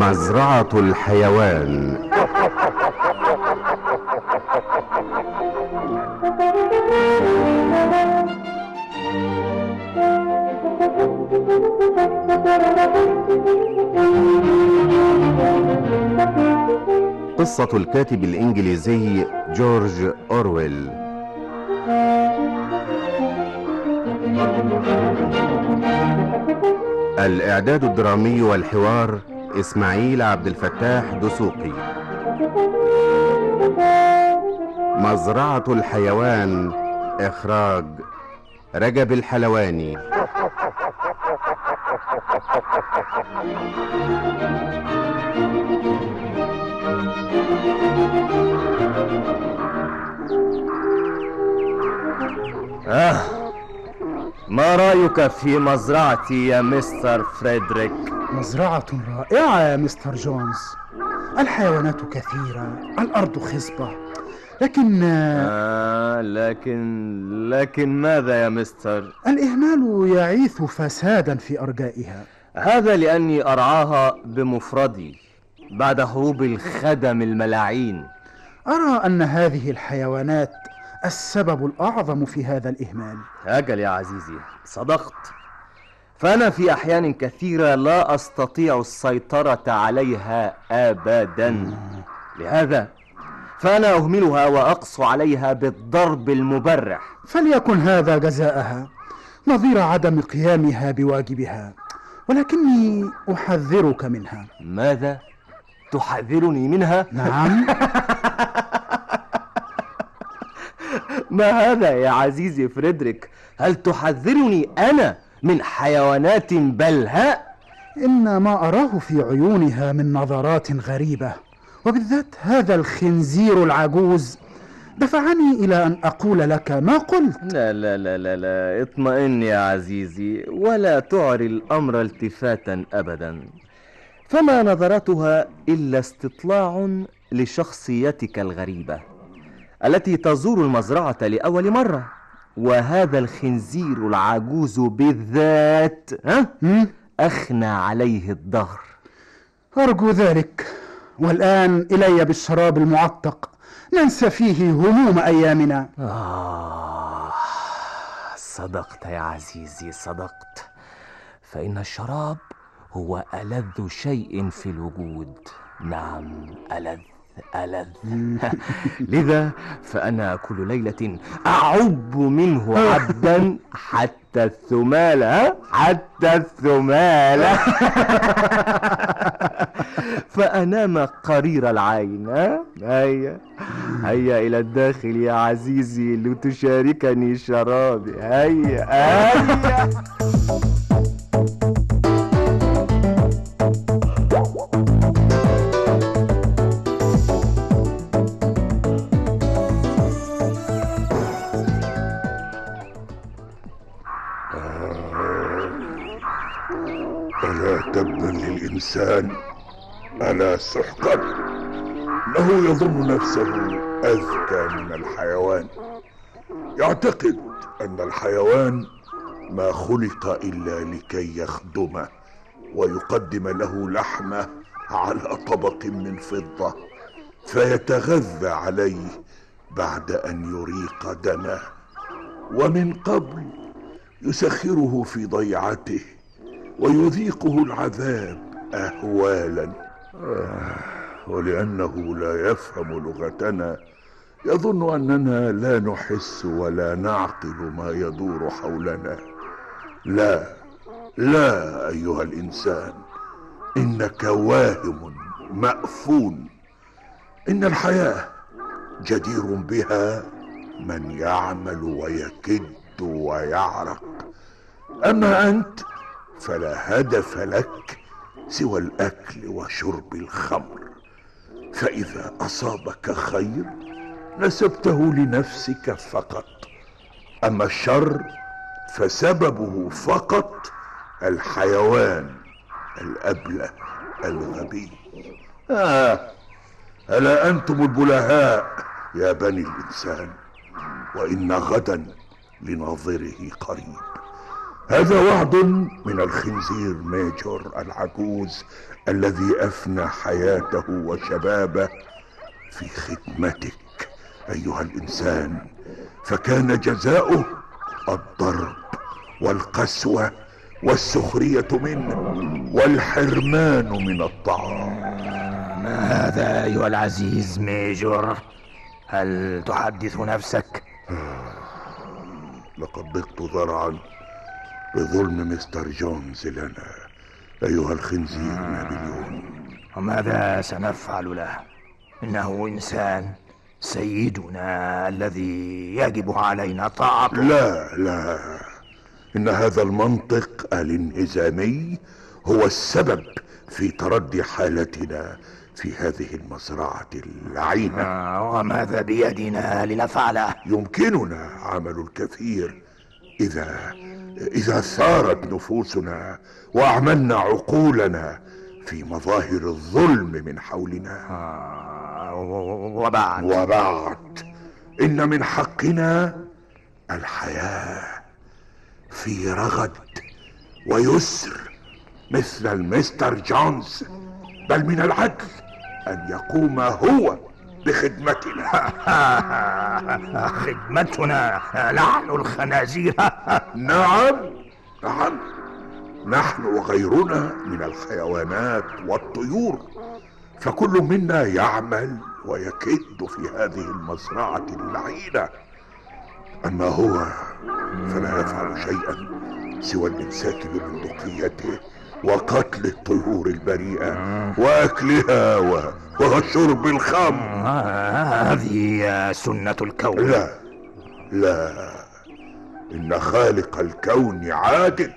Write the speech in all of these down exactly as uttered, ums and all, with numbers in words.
مزرعة الحيوان. قصة الكاتب الإنجليزي جورج أورويل. الإعداد الدرامي والحوار إسماعيل عبد الفتاح دسوقي. مزرعة الحيوان، إخراج رجب الحلواني. آه ما رأيك في مزرعتي يا مستر فريدريك؟ مزرعة رائعة يا مستر جونز. الحيوانات كثيرة، الأرض خصبة، لكن آه لكن لكن ماذا يا مستر؟ الإهمال يعيث فسادا في أرجائها. هذا لأني أرعاها بمفردي بعد هروب الخدم الملاعين. أرى أن هذه الحيوانات السبب الأعظم في هذا الإهمال. أجل يا عزيزي، صدقت. فأنا في أحيان كثيرة لا أستطيع السيطرة عليها أبدا. لهذا فأنا أهملها وأقسو عليها بالضرب المبرح. فليكن هذا جزاءها، نظير عدم قيامها بواجبها، ولكني أحذرك منها. ماذا؟ تحذرني منها؟ نعم. ما هذا يا عزيزي فريدريك؟ هل تحذرني أنا من حيوانات بلهاء؟ إن ما أراه في عيونها من نظرات غريبة، وبالذات هذا الخنزير العجوز دفعني إلى أن أقول لك ما قلت. لا لا لا لا لا، اطمئن يا عزيزي ولا تعري الأمر التفاتا أبدا. فما نظرتها إلا استطلاع لشخصيتك الغريبة التي تزور المزرعة لأول مرة، وهذا الخنزير العجوز بالذات ها؟ أخنى عليه الدهر. أرجو ذلك. والآن إلي بالشراب المعتق ننسى فيه هموم أيامنا. آه صدقت يا عزيزي، صدقت. فإن الشراب هو ألذ شيء في الوجود. نعم، ألذ ألذ. لذا فأنا كل ليلة أعب منه عبدا حتى الثمالة، حتى الثمالة. فأنام قرير العين. هيا هيا إلى الداخل يا عزيزي لتشاركني شرابي. هيا هيا. ألا تبا للإنسان، ألا سحقا. إنه يظن نفسه أذكى من الحيوان، يعتقد أن الحيوان ما خلق إلا لكي يخدمه ويقدم له لحمه على طبق من فضة فيتغذى عليه بعد أن يريق دمه، ومن قبل يسخره في ضيعته ويذيقه العذاب أهوالا. آه ولأنه لا يفهم لغتنا يظن أننا لا نحس ولا نعقل ما يدور حولنا. لا لا أيها الإنسان، إنك واهم مأفون. إن الحياة جدير بها من يعمل ويكد ويعرق، أما أنت فلا هدف لك سوى الأكل وشرب الخمر، فإذا أصابك خير نسبته لنفسك فقط، أما الشر فسببه فقط الحيوان الأبله الغبي. آه ألا أنتم البلهاء يا بني الإنسان، وإن غدا لناظره قريب. هذا وعد من الخنزير ميجور العجوز الذي أفنى حياته وشبابه في خدمتك أيها الإنسان، فكان جزاؤه الضرب والقسوة والسخرية منه والحرمان من الطعام. ما هذا أيها العزيز ميجور؟ هل تحدث نفسك؟ لقد ضقت ذرعا بظلم مستر جونز لنا أيها الخنزير نابليون. وماذا سنفعل له؟ إنه إنسان سيدنا الذي يجب علينا طاعته. لا لا، إن هذا المنطق الانهزامي هو السبب في تردي حالتنا في هذه المزرعة اللعينة. آه وماذا بيدنا لنفعله؟ يمكننا عمل الكثير إذا إذا ثارت نفوسنا وأعملنا عقولنا في مظاهر الظلم من حولنا. آه وبعد وبعد إن من حقنا الحياة في رغد ويسر مثل المستر جونز، بل من العدل أن يقوم هو بخدمتنا. خدمتنا نحن الخنازير؟ نعم نعم، نحن وغيرنا من الحيوانات والطيور، فكل منا يعمل ويكد في هذه المزرعة اللعينة. أما هو فلا يفعل شيئا سوى الإمساك ببندقيته وقتل الطيور البريئة وأكلها و... وشرب الخمر. هذه سنة الكون. لا لا، إن خالق الكون عادل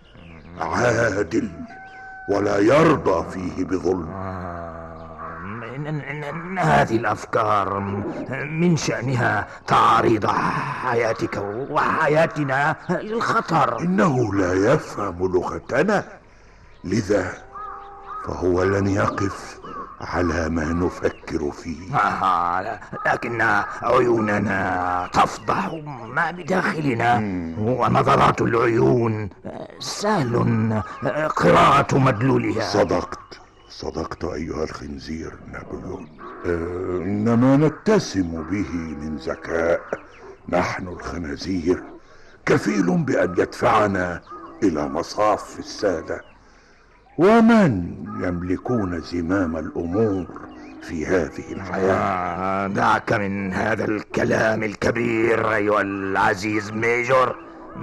عادل ولا يرضى فيه بظلم. إن, إن, إن هذه الأفكار من شأنها تعريض حياتك وحياتنا للخطر. إنه لا يفهم لغتنا، لذا فهو لن يقف على ما نفكر فيه. آه لكن عيوننا تفضح ما بداخلنا، ونظرات العيون سهل قراءة مدلولها. صدقت صدقت أيها الخنزير نابليون. آه إنما نتسم به من ذكاء نحن الخنازير كفيل بأن يدفعنا إلى مصاف السادة، ومن يملكون زمام الأمور في هذه الحياة. آه دعك من هذا الكلام الكبير أيها العزيز ميجور،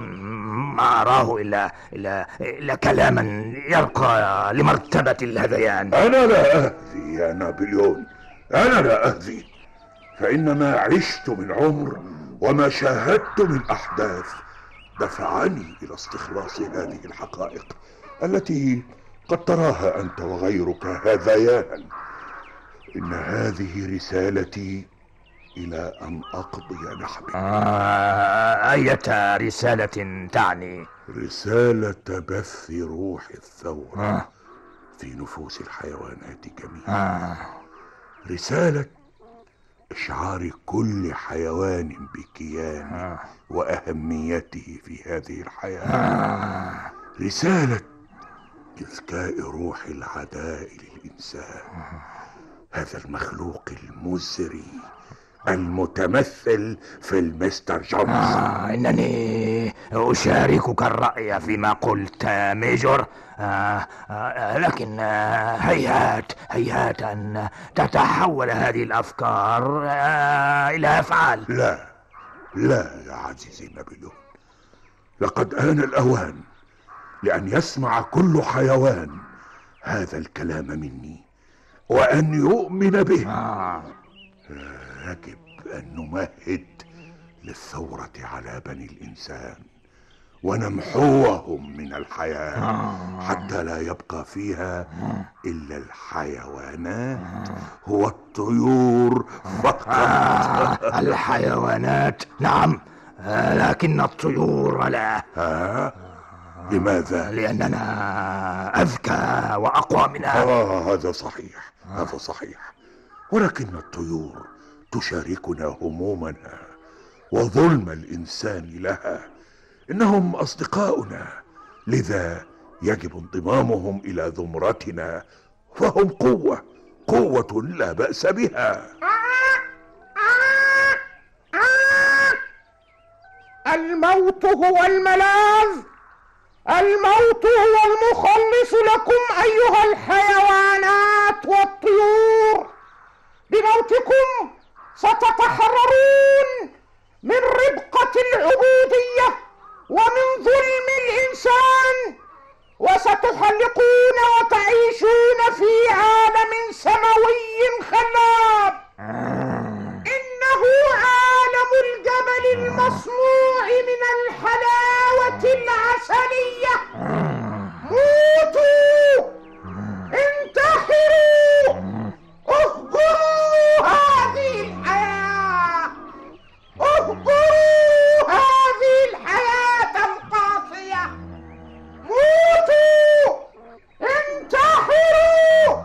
ما أراه إلا, إلا, إلا كلاما يرقى لمرتبة الهذيان. أنا لا أهذي يا نابليون، أنا لا أهذي، فإنما عشت من عمر وما شاهدت من أحداث دفعني إلى استخلاص هذه الحقائق التي قد تراها أنت وغيرك هذيانا. إن هذه رسالتي إلى أن أقضي نحبي. آه أية رسالة تعني؟ رسالة بث روح الثورة آه. في نفوس الحيوانات جميعا. آه. رسالة إشعار كل حيوان بكيانه آه. وأهميته في هذه الحياة. آه. رسالة إذكاء روح العداء للإنسان، هذا المخلوق المزري المتمثل في المستر جونز. آه إنني أشاركك الرأي فيما قلت ميجور، آه آه لكن آه هيهات هيهات أن تتحول هذه الأفكار آه إلى أفعال. لا لا يا عزيزي نابليون، لقد آن الأوان لأن يسمع كل حيوان هذا الكلام مني وأن يؤمن به. آه. يجب أن نمهد للثورة على بني الإنسان ونمحوهم من الحياة حتى لا يبقى فيها إلا الحيوانات والطيور فقط. آه الحيوانات نعم، آه لكن الطيور لا. ها؟ لماذا؟ لأننا أذكى وأقوى منها. آه هذا صحيح هذا صحيح، ولكن الطيور تشاركنا همومنا وظلم الإنسان لها، إنهم أصدقاؤنا، لذا يجب انضمامهم إلى زمرتنا، فهم قوة قوة لا بأس بها. الموت هو الملاذ، الموت هو المخلص لكم أيها الحيوانات والطيور. بموتكم ستتحررون من ربقة العبودية ومن ظلم الإنسان، وستحلقون وتعيشون في عالم سماوي خلاب. إنه عالم الجبل المصنوع من الحلاوة العسلية. موتوا، انتحروا، اهجروا هذه الحياة، اهجروا هذه الحياة القاسية. موتوا، انتحروا.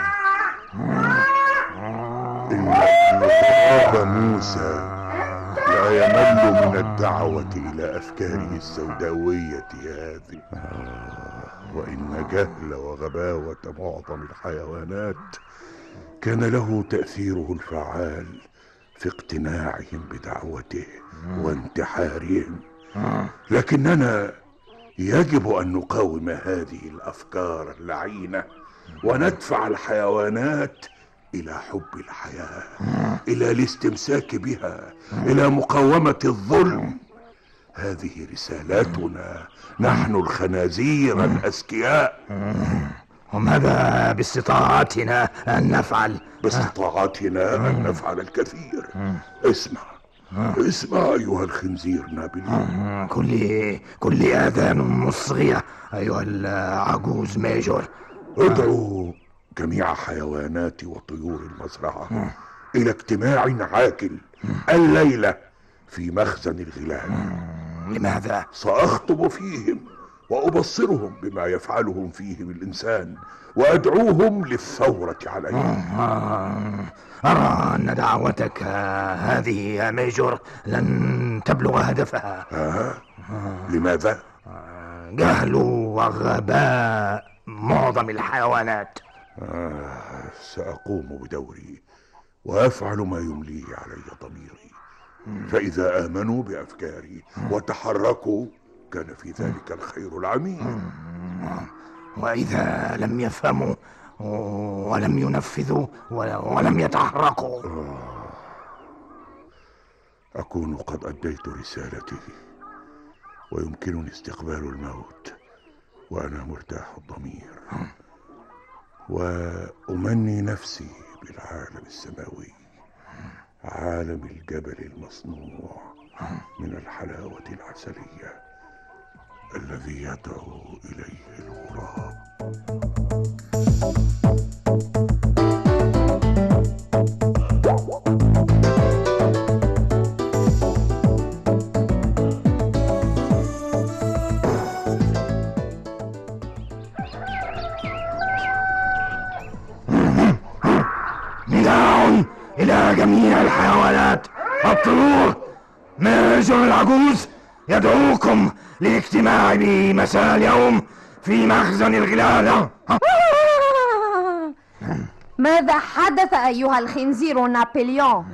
إن موسى لا يمل من الدعوة إلى أفكاره السوداوية هذه، وإن جهل وغباوة معظم الحيوانات كان له تأثيره الفعال في اقتناعهم بدعوته وانتحارهم. لكننا يجب أن نقاوم هذه الأفكار اللعينة وندفع الحيوانات إلى حب الحياة، إلى الاستمساك بها، إلى مقاومة الظلم. هذه رسالتنا نحن الخنازير الأذكياء. وماذا باستطاعتنا أن نفعل؟ باستطاعتنا أن نفعل الكثير. اسمع اسمع أيها الخنزير نابليون. كل كل آذان مصغية أيها العجوز ميجور. ادعوا جميع حيوانات وطيور المزرعة إلى اجتماع عاجل الليلة في مخزن الغلال. لماذا؟ سأخطب فيهم وأبصرهم بما يفعلهم فيهم الإنسان، وأدعوهم للثورة عليهم. أرى أن دعوتك هذه يا ميجور لن تبلغ هدفها. آه. لماذا؟ جهل وغباء معظم الحيوانات. آه. سأقوم بدوري وأفعل ما يمليه علي ضميري، فإذا آمنوا بأفكاري وتحركوا كان في ذلك الخير العميم. وإذا لم يفهموا ولم ينفذوا ولم يتحركوا؟ أكون قد أديت رسالتي، ويمكنني استقبال الموت وأنا مرتاح الضمير، وأمني نفسي بالعالم السماوي، عالم الجبل المصنوع من الحلاوة العسلية الذي يدعو إليه الغراب. نداء إلى جميع الحيوانات، الطيور. ميجور العجوز يدعوكم للاجتماع بمساء اليوم في مخزن الغلال. ماذا حدث أيها الخنزير نابليون؟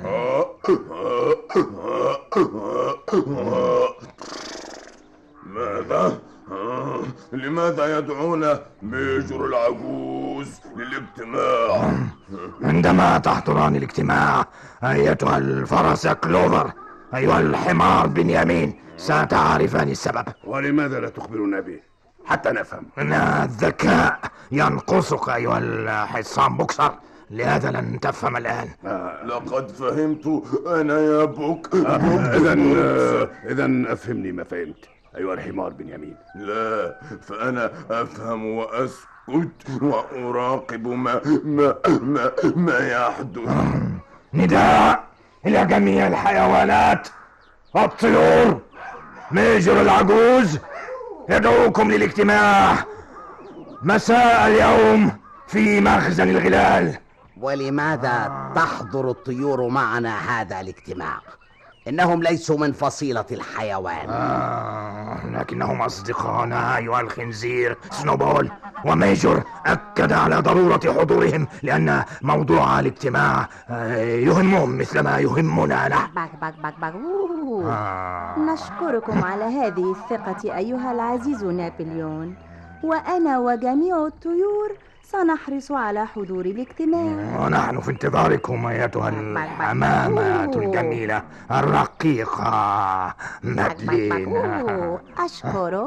ماذا؟ لماذا يدعون ميجور العجوز للاجتماع؟ عندما تحضران الاجتماع أيتها الفرس كلوفر، أيها الحمار بنيامين، ستعرفان السبب. ولماذا لا تخبرنا به حتى نفهم؟ إن الذكاء ينقصك أيها الحصان بوكسر، لهذا لن تفهم الآن. آه لقد فهمت أنا يا بوك. إذن آه إذن أفهمني ما فهمت أيها الحمار بنيامين. لا، فأنا أفهم وأسكت وأراقب ما ما ما, ما يحدث. نداء إلى جميع الحيوانات، الطيور. ميجور العجوز يدعوكم للاجتماع مساء اليوم في مخزن الغلال. ولماذا تحضر الطيور معنا هذا الاجتماع؟ إنهم ليسوا من فصيلة الحيوان. آه لكنهم أصدقائنا أيها الخنزير. سنوبول وميجور أكد على ضرورة حضورهم لأن موضوع الاجتماع يهمهم مثلما يهمنا نحن. باك باك باك باك. آه. نشكركم على هذه الثقة أيها العزيز نابليون، وأنا وجميع الطيور سنحرص على حضور الاجتماع. ونحن في انتظاركم أيتها الحمامة الجميلة الرقيقة مادلين. أشكرك.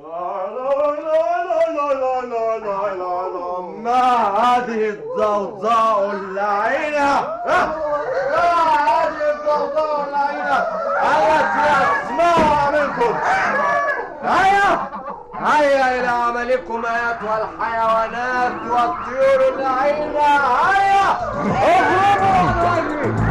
ما هذه الضوضاء اللعينة؟ ما هذه الضوضاء اللعينة التي أسمعها منكم؟ هيا هيا إلى عملكم أيتها الحيوانات والطيور اللعينة. هيا اضربوا.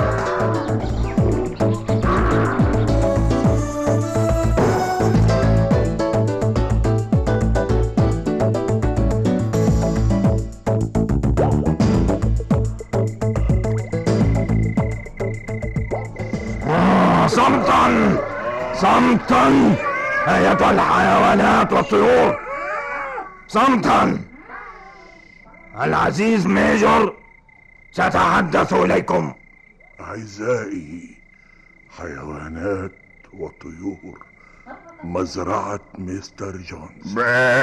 صمتا صمتا أيتها الحيوانات والطيور، صمتا. العزيز ميجور سأتحدث إليكم. أعزائي حيوانات وطيور مزرعة مستر جونز،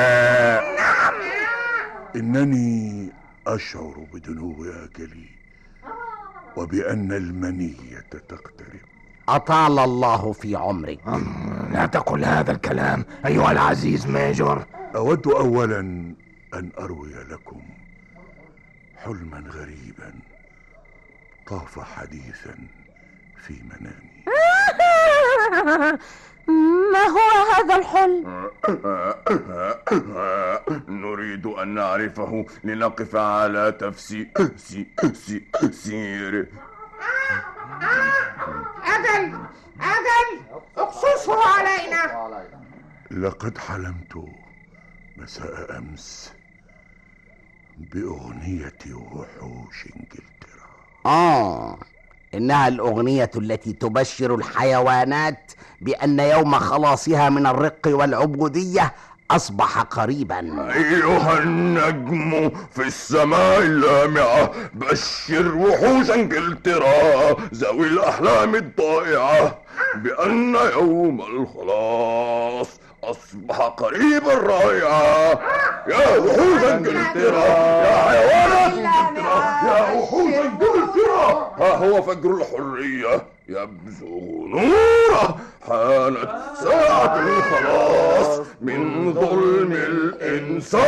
إنني أشعر بدنو أكلي وبأن المنية تقترب. أطال الله في عمرك. لا تقل هذا الكلام أيها العزيز ميجور. أود أولا أن أروي لكم حلما غريبا طاف حديثا في منامي. ما هو هذا الحلم؟ نريد أن نعرفه لنقف على تفسير سي سي سيره. أجل أجل اقصصه علينا. لقد حلمت مساء أمس بأغنية وحوش إنجلترا. آه إنها الأغنية التي تبشر الحيوانات بأن يوم خلاصها من الرق والعبودية أصبح قريبا. أيها النجم في السماء اللامعة، بشر وحوش إنجلترا ذوي الأحلام الضائعة بأن يوم الخلاص أصبح قريبا رائعا. يا وحوش إنجلترا، يا حيوانات إنجلترا، يا وحوش إنجلترا، ها هو فجر الحرية يبزغ نوره. حانت ساعة الخلاص من ظلم الإنسان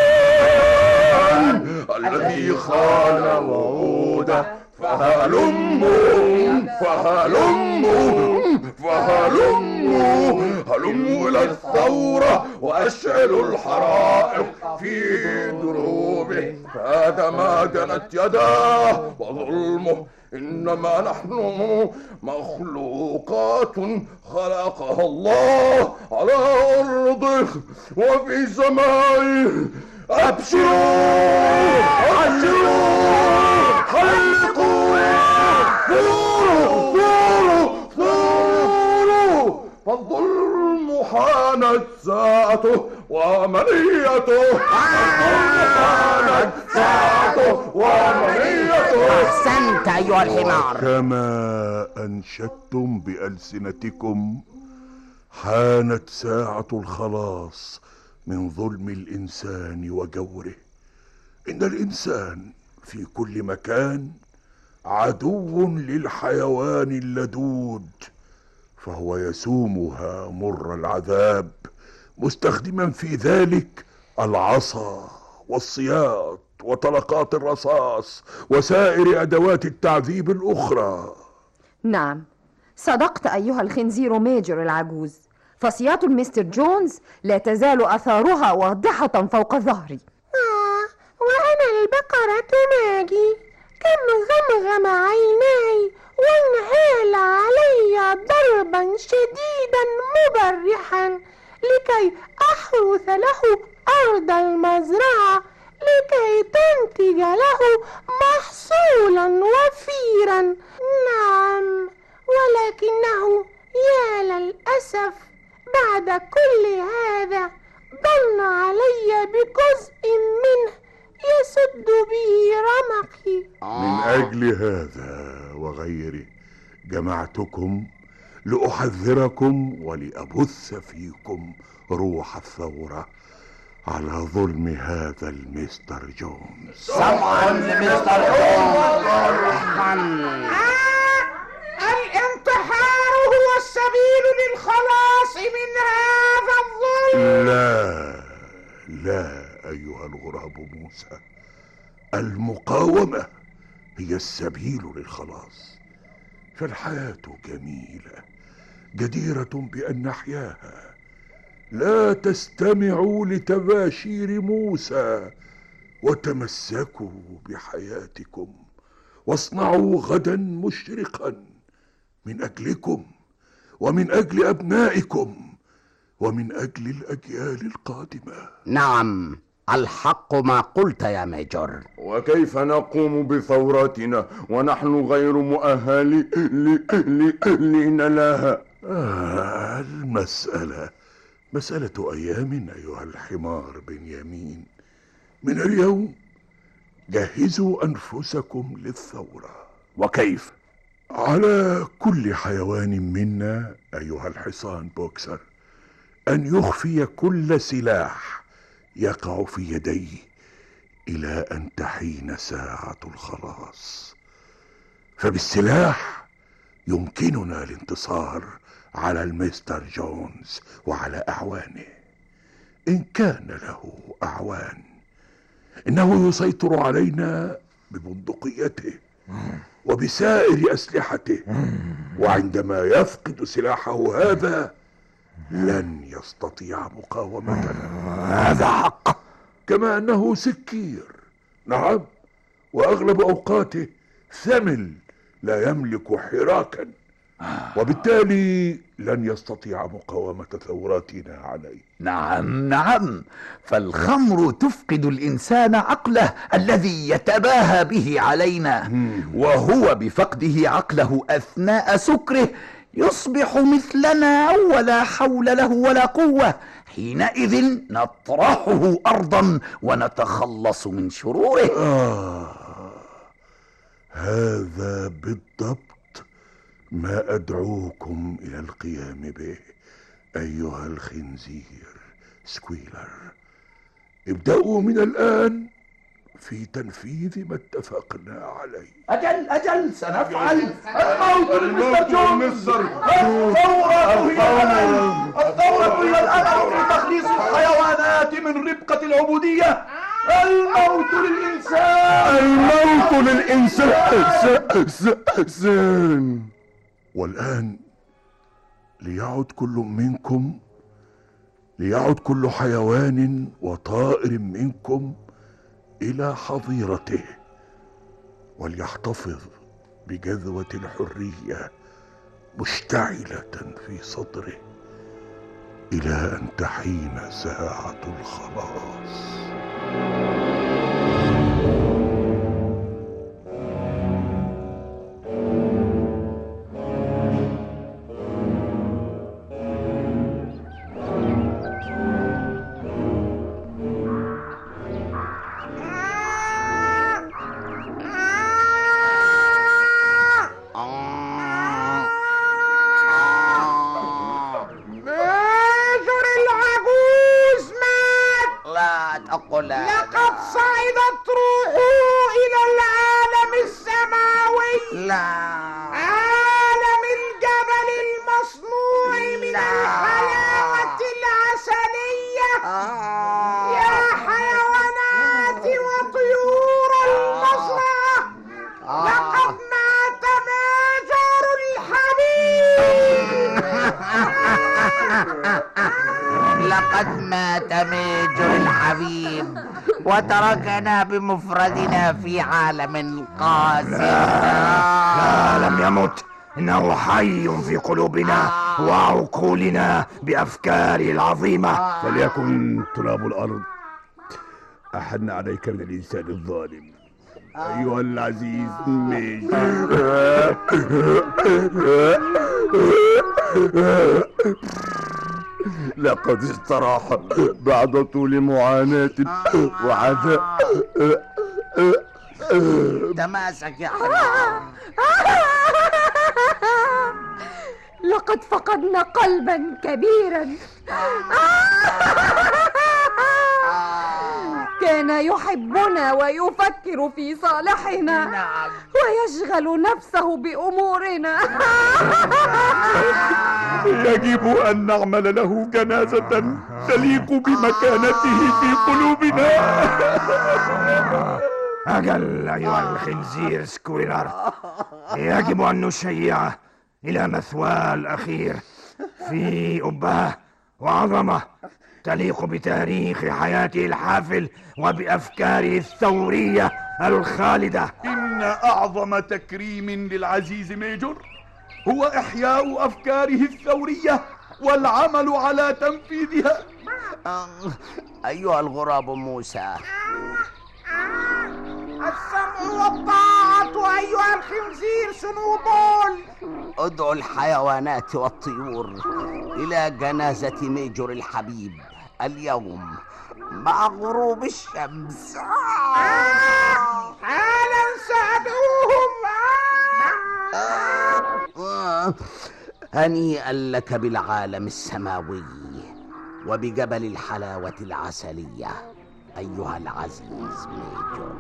الذي خان وعوده. فهلموا فهلموا فهلموا هلموا إلى الثورة وأشعلوا الحرائق في دروبه. هذا ما جنت يداه وظلمه. إنما نحن مخلوقات خلقها الله على أرضه وفي سمائه. أبشروا أبشروا حلقوا ثوروا ثوروا ثوروا، فالظلم حانت ساعته ومنيته. حانت ساعته ومنيته. أحسنت أيها الحمار. كما أنشدتم بألسنتكم، حانت ساعة الخلاص من ظلم الإنسان وجوره. إن الإنسان في كل مكان عدو للحيوان اللدود، فهو يسومها مر العذاب، مستخدما في ذلك العصا والسياط وطلقات الرصاص وسائر أدوات التعذيب الأخرى. نعم، صدقت أيها الخنزير ميجر العجوز، فصيات المستر جونز لا تزال أثارها واضحة فوق ظهري. آه، وأنا البقرة ماجي، كم غمغم عيناي وانهال علي ضربا شديدا مبرحا لكي أحرث له أرض المزرعة لكي تنتج له محصولا وفيرا. نعم، ولكنه يا للأسف بعد كل هذا ضن علي بجزء منه يسد به رمقي. من أجل هذا وغيره جمعتكم لأحذركم ولأبث فيكم روح الثورة على ظلم هذا المستر جونز. سمعا لمستر جونز. الانتحار هو السبيل للخلاص من هذا الظلم. لا لا أيها الغراب موسى، المقاومة هي السبيل للخلاص. فالحياة جميلة جديرة بأن نحياها. لا تستمعوا لتباشير موسى وتمسكوا بحياتكم واصنعوا غدا مشرقا من أجلكم ومن أجل أبنائكم ومن أجل الأجيال القادمة. نعم، الحق ما قلت يا ميجور. وكيف نقوم بثورتنا ونحن غير مؤهلين لنلاها؟ آه المسألة مسألة أيام أيها الحمار بنيامين. من اليوم جهزوا أنفسكم للثورة. وكيف؟ على كل حيوان منا أيها الحصان بوكسر أن يخفي كل سلاح يقع في يديه إلى أن تحين ساعة الخلاص. فبالسلاح يمكننا الانتصار على المستر جونز وعلى أعوانه إن كان له أعوان. إنه يسيطر علينا ببندقيته وبسائر أسلحته، وعندما يفقد سلاحه هذا لن يستطيع مقاومتنا. هذا حق. كما أنه سكير، نعم، وأغلب أوقاته ثمل لا يملك حراكا، وبالتالي لن يستطيع مقاومة ثوراتنا عليه. نعم نعم، فالخمر تفقد الإنسان عقله الذي يتباهى به علينا، وهو بفقده عقله أثناء سكره يصبح مثلنا ولا حول له ولا قوة. حينئذ نطرحه أرضا ونتخلص من شروره. آه هذا بالضبط ما أدعوكم إلى القيام به أيها الخنزير سكويلر. ابدأوا من الآن في تنفيذ ما اتفقنا عليه. أجل أجل سنفعل. الموت لمستر جونز. الثورة هي الأمل. الثورة هي الأمل في تخليص الحيوانات من ربقة العبودية. الموت للإنسان. الموت للإنسان. والآن ليعد كل منكم ليعد كل حيوان وطائر منكم إلى حظيرته، وليحتفظ بجذوة الحرية مشتعلة في صدره إلى أن تحين ساعة الخلاص. لقد صعدت روحه إلى العالم السماوي. لا، عالم الجبل المصنوع من الحلاوة العسلية. آه. يا حيوانات وطيور المزرعة، آه. لقد مات ماجور الحبيب. لقد مات ميجور الحبيب وتركنا بمفردنا في عالم قاسي. لا, لا لم يمت، إنه حي في قلوبنا وعقولنا بأفكاره العظيمة. فليكن تراب الأرض أحن عليك من الإنسان الظالم. أيها العزيز ميجر. لقد استراح بعد طول معاناة وعذاب. تماسك يا حبيبي. لقد فقدنا قلبا كبيرا. كان يحبنا ويفكر في صالحنا ويشغل نفسه بأمورنا. يجب أن نعمل له جنازة تليق بمكانته في قلوبنا. أجل أيها الخنزير سكويلر، يجب أن نشيعه إلى مثواه الأخير في أبهة وعظمة تليق بتاريخ حياته الحافل وبأفكاره الثورية الخالدة. إن أعظم تكريم للعزيز ميجور هو إحياء أفكاره الثورية والعمل على تنفيذها. أيها الغراب موسى. السمع والطاعة أيها الخنزير سنوبول. ادعوا الحيوانات والطيور إلى جنازة ميجور الحبيب اليوم مع غروب الشمس. حالا سأدعوهم. هنيئا لك بالعالم السماوي وبجبل الحلاوة العسلية أيها العزيز ميجور.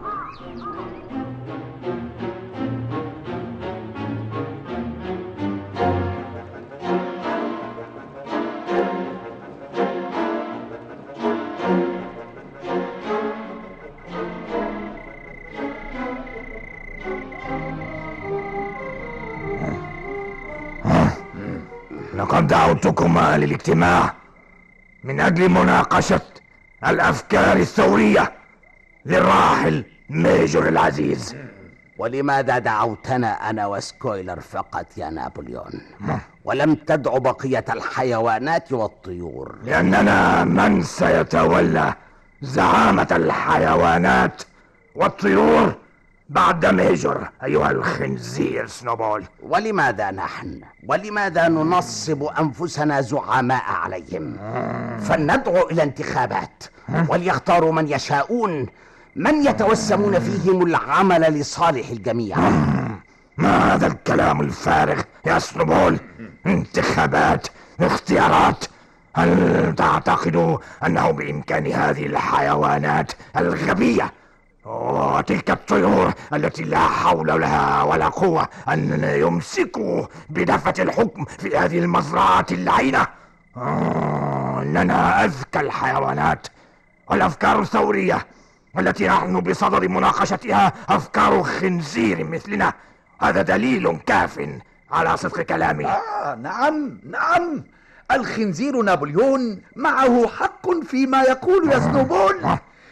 لقد دعوتكما للاجتماع من أجل مناقشة الأفكار الثورية للراحل ميجور العزيز. ولماذا دعوتنا أنا وسكويلر فقط يا نابليون ولم تدع بقية الحيوانات والطيور؟ لأننا من سيتولى زعامة الحيوانات والطيور بعد ميجور أيها الخنزير سنوبول. ولماذا نحن؟ ولماذا ننصب أنفسنا زعماء عليهم؟ فلندعو إلى انتخابات وليختاروا من يشاءون، من يتوسمون فيهم العمل لصالح الجميع. ما هذا الكلام الفارغ يا سنوبول؟ انتخابات، اختيارات؟ هل تعتقدوا أنه بإمكان هذه الحيوانات الغبية وتلك الطيور التي لا حول لها ولا قوة أن يمسكوا بدفة الحكم في هذه المزرعة اللعينة؟ آه لنا أذكى الحيوانات والأفكار الثورية التي نحن بصدد مناقشتها أفكار خنزير مثلنا. هذا دليل كاف على صدق كلامي. آه نعم نعم، الخنزير نابليون معه حق فيما يقول يا سنوبول.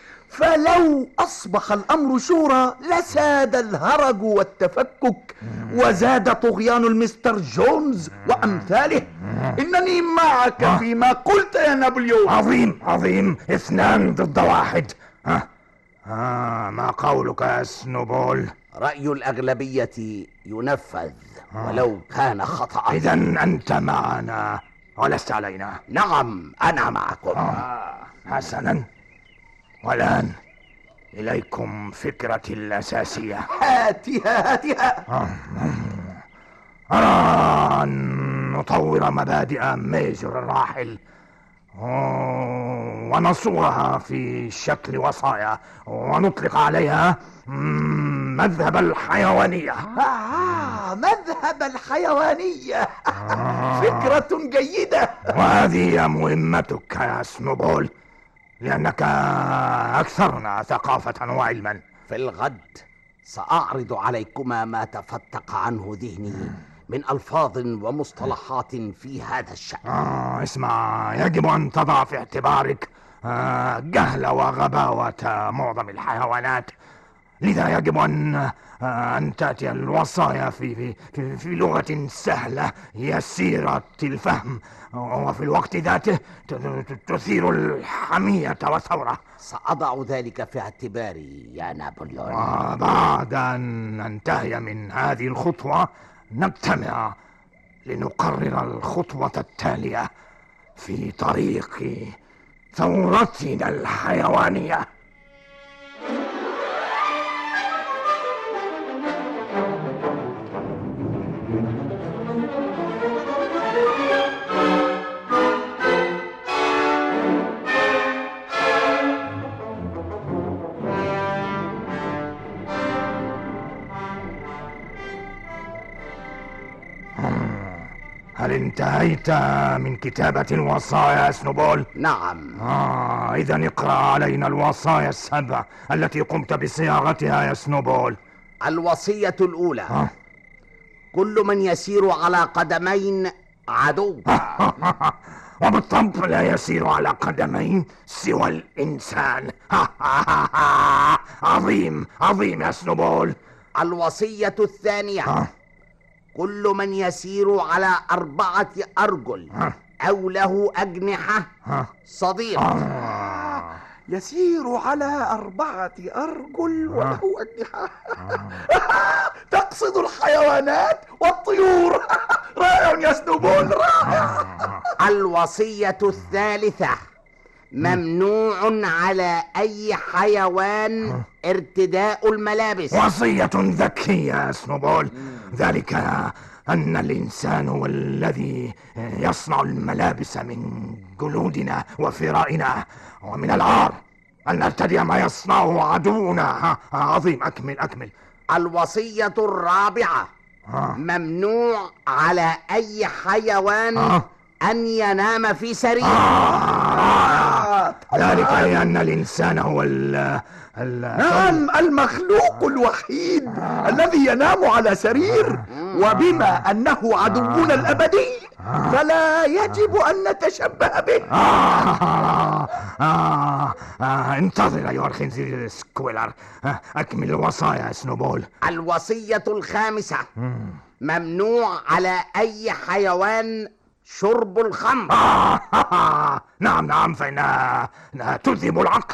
فلو أصبح الأمر شورى لساد الهرج والتفكك وزاد طغيان المستر جونز وأمثاله. إنني معك فيما قلت يا نابليون. عظيم عظيم، اثنان ضد واحد. ها آه ما قولك يا سنوبول؟ رأي الأغلبية ينفذ ولو كان خطأ. إذن أنت معنا ولست علينا. نعم أنا معكم. آه حسنا، والآن إليكم فكرتي الأساسية. هاتها هاتها. أرى أن نطور مبادئ ميجور الراحل ونصوغها في شكل وصايا ونطلق عليها مذهب الحيوانية. آه مذهب الحيوانية. فكرة جيدة. وهذه هي مهمتك يا سنوبول، لأنك أكثرنا ثقافة وعلما. في الغد سأعرض عليكما ما تفتق عنه ذهني من ألفاظ ومصطلحات في هذا الشأن. آه اسمع، يجب أن تضع في اعتبارك آه جهل وغباوة معظم الحيوانات لذا يجب أن أن تأتي الوصايا في في في, في لغة سهلة يسيرة الفهم، وفي الوقت ذاته تثير الحمية والثورة. سأضع ذلك في اعتباري يا نابليون. وبعد أن ننتهي من هذه الخطوة نجتمع لنقرر الخطوة التالية في طريق ثورتنا الحيوانية. هل انتهيت من كتابة الوصايا يا سنوبول؟ نعم. آه إذا اقرأ علينا الوصايا السبع التي قمت بصياغتها يا سنوبول. الوصية الأولى: آه. كل من يسير على قدمين عدو. وبالطبع لا يسير على قدمين سوى الإنسان. عظيم عظيم يا سنوبول. الوصية الثانية: آه. كل من يسير على أربعة أرجل أو له أجنحة صديق. آه. يسير على أربعة أرجل وله أجنحة. تقصد الحيوانات والطيور. رائع يا سنوبول، رائع. الوصية الثالثة: ممنوع على أي حيوان ارتداء الملابس. وصية ذكية يا سنوبول، ذلك أن الإنسان هو الذي يصنع الملابس من جلودنا وفرائنا، ومن العار أن نرتدي ما يصنعه عدونا. عظيم، أكمل أكمل. الوصية الرابعة: ممنوع على أي حيوان أن ينام في سرير. آه. ذلك لأن الإنسان هو ال ال نعم، المخلوق الوحيد آه. الذي ينام على سرير، وبما أنه عدونا الأبدي فلا يجب أن نتشبه به. آه. آه. آه. انتظر أيها الخنزير سكويلر، أكمل الوصايا يا سنوبول. الوصية الخامسة: ممنوع على أي حيوان شرب الخمر. آه. نعم نعم، فإنها تذهب العقل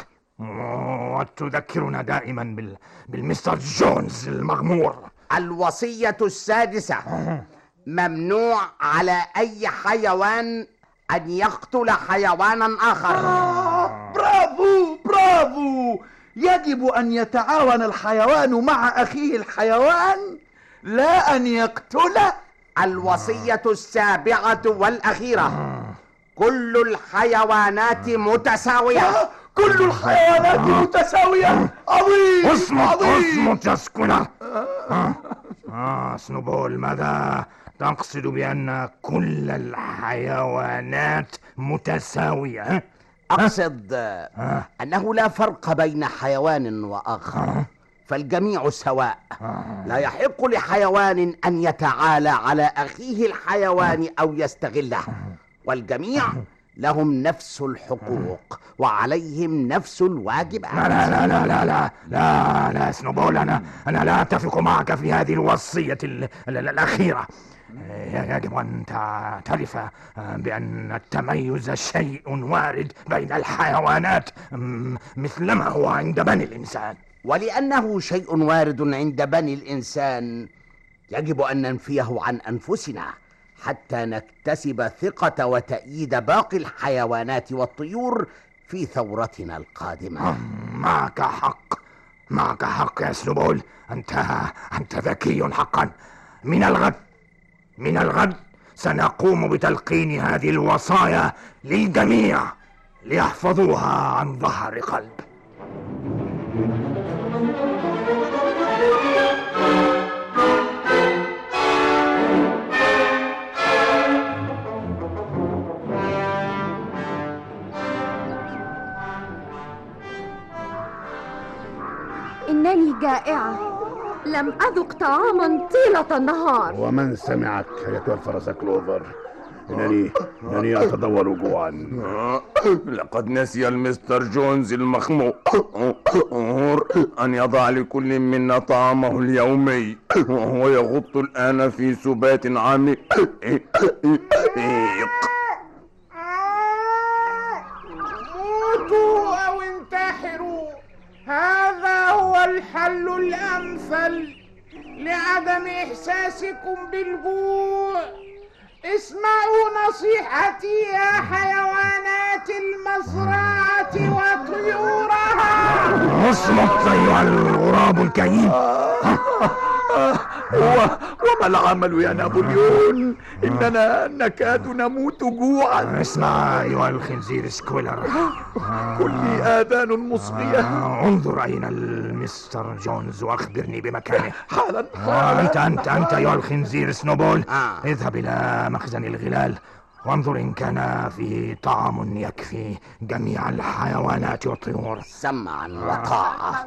وتذكرنا دائما بال... بالمستر جونز المغمور. الوصية السادسة: ممنوع على أي حيوان أن يقتل حيوانا آخر. آه. برافو برافو. يجب أن يتعاون الحيوان مع أخيه الحيوان، لا أن يقتله. الوصية السابعة والأخيرة: كل الحيوانات متساوية. كل الحيوانات متساوية. عظيم. اصمت اصمت يا سكويلر. آه. آه سنوبول، ماذا تقصد بأن كل الحيوانات متساوية؟ أقصد آه. أنه لا فرق بين حيوان وآخر، آه. فالجميع سواء. آه. لا يحق لحيوان أن يتعالى على أخيه الحيوان أو يستغله، والجميع لهم نفس الحقوق وعليهم نفس الواجبات. لا لا لا لا لا لا لا لا سنوبول، أنا أنا لا أتفق معك في هذه الوصية ال ال الأخيرة. يجب أن تعترف بأن التميز شيء وارد بين الحيوانات مثلما هو عند بني الإنسان. ولأنه شيء وارد عند بني الإنسان يجب أن ننفيه عن أنفسنا حتى نكتسب ثقة وتأييد باقي الحيوانات والطيور في ثورتنا القادمة. معك حق، معك حق يا سنوبول، أنت أنت ذكي حقا. من الغد من الغد سنقوم بتلقين هذه الوصايا للجميع ليحفظوها عن ظهر قلب. إنني جائعة، لم أذق طعاما طيلة النهار. ومن سمعك أيتها الفرس كلوفر؟ إنني إنني أتضور جوعا. لقد نسي المستر جونز المخمور أن يضع لكل منا طعامه اليومي، وهو يغط الآن في سبات عميق. موتوا أو انتحروا، هذا هو الحل الأمثل لعدم إحساسكم بالجوع. اسمعوا نصيحتي يا حيوانات المزرعة وطيورها. اصمت أيها الغراب الكئيب. وما العمل يا نابليون؟ إننا نكاد نموت جوعا. اسمع أيها الخنزير سكويلر، كل آذان مصغية. انظر أين المستر جونز وأخبرني بمكانه حالا. آه أنت أنت أنت أيها الخنزير سنوبول، آه. اذهب إلى مخزن الغلال وانظر إن كان فيه طعام يكفي جميع الحيوانات والطيور. سمعا وطاعة.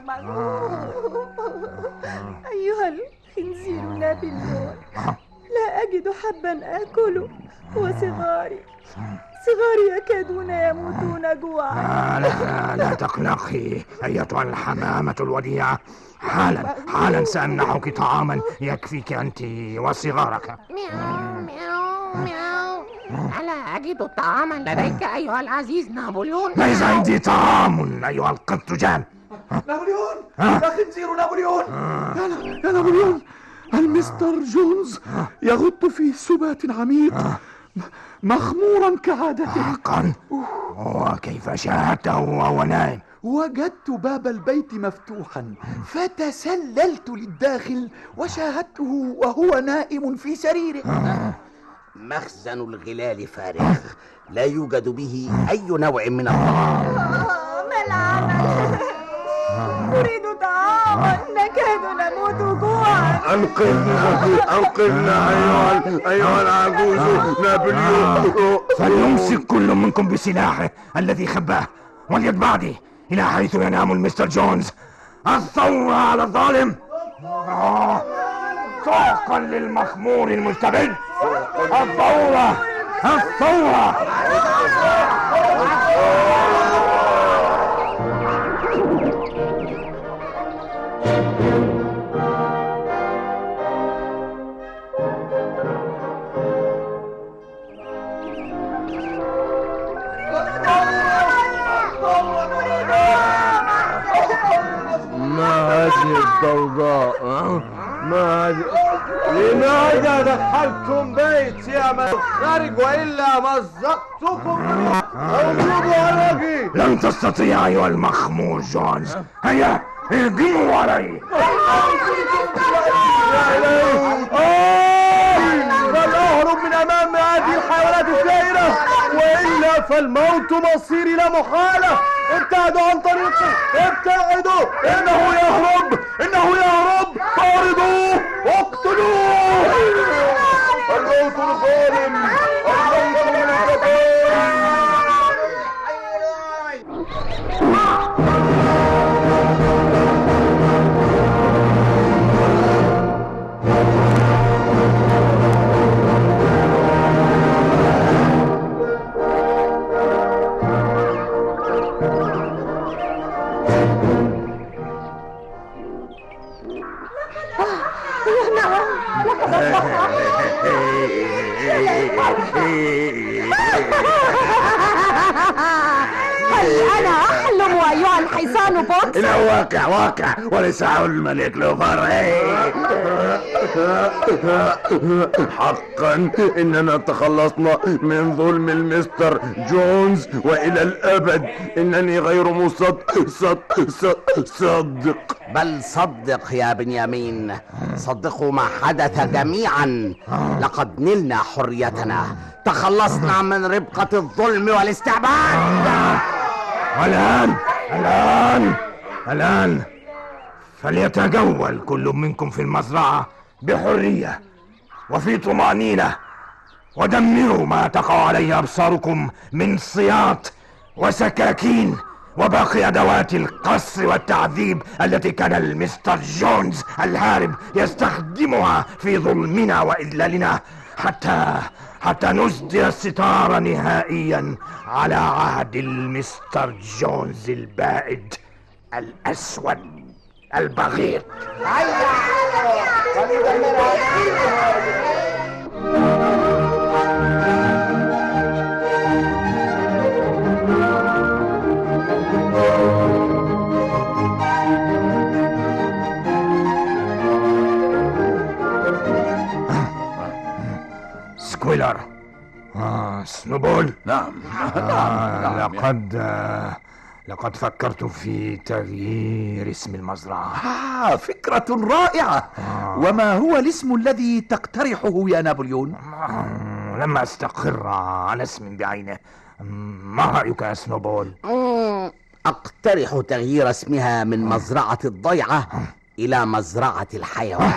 أيها الخنزير نابليون، لا أجد حبا آكله، وصغاري صغاري يكادون يموتون جوعا. لا لا لا تقلقي أيتها الحمامة الوديعة، حالا حالا سأمنحك طعاما يكفيك أنت وصغارك. مياو مياو مياو. ألا أجد طعاما لديك أيها العزيز نابليون؟ ليس عندي طعام أيها القط جان. نابليون، يا خنزير نابليون. يا نابليون، المستر جونز يغط في سبات عميق مخمورا كعادته. حقا؟ وكيف شاهدته وهو نائم؟ وجدت باب البيت مفتوحا فتسللت للداخل وشاهدته وهو نائم في سريره. مخزن الغلال فارغ، لا يوجد به أي نوع من الطعام. ملعنة، أريد طعاما، نكاد نموت جوعا. أنقذنا أنقذنا أيها أيها العجوز نابليون. فليمسك كل منكم بسلاحه الذي خباه وليتبعني إلى حيث ينام المستر جونز. الثورة على الظالم، سحقا للمخمور المستبد. الثورة الثورة. ما هذه الضوضاء؟ ما هذه؟ لماذا دخلتم بيتي يا من خارج وإلا مزقتكم؟ اضربوا على وجهي. لن تستطيع أيها المخمور جونز. هيا اهجموا علي. فلأهرب من أمام هذه الحيوانات الثائرة، وإلا فالموت مصيري لا محالة. ابتعدوا عن طريقي، ابتعدوا. إنه يهرب، إنه يهرب. طاردوه، اقتلوه. الموت الظالم، الموت الجبار. هل أنا أحلم أيها الحصان بوكس؟ إنه واقع واقع وليس حلما يا كلوفر. حقا إننا تخلصنا من ظلم المستر جونز وإلى الأبد. إنني غير مصدق صدق صدق صدق بل صدق يا بنيامين، صدقوا ما حدث جميعا. لقد نلنا حريتنا، تخلصنا من ربقة الظلم والاستعباد. والآن الآن الآن فليتجول كل منكم في المزرعة بحرية وفي طمأنينة، ودمروا ما تقع عليه أبصاركم من صياط وسكاكين وباقي أدوات القص والتعذيب التي كان المستر جونز الهارب يستخدمها في ظلمنا وإذلالنا، حتى حتى نسدل الستار نهائيا على عهد المستر جونز البائد الأسود البغيض. سكويلر. آه سنوبول. نعم. آه نعم. لقد آه لقد فكرت في تغيير اسم المزرعة. آه فكرة رائعة. آه. وما هو الاسم الذي تقترحه يا نابليون؟ آه لما استقر على اسم بعينه. ما رأيك يا سنوبول؟ أقترح تغيير اسمها من مزرعة الضيعة إلى مزرعة الحيوان.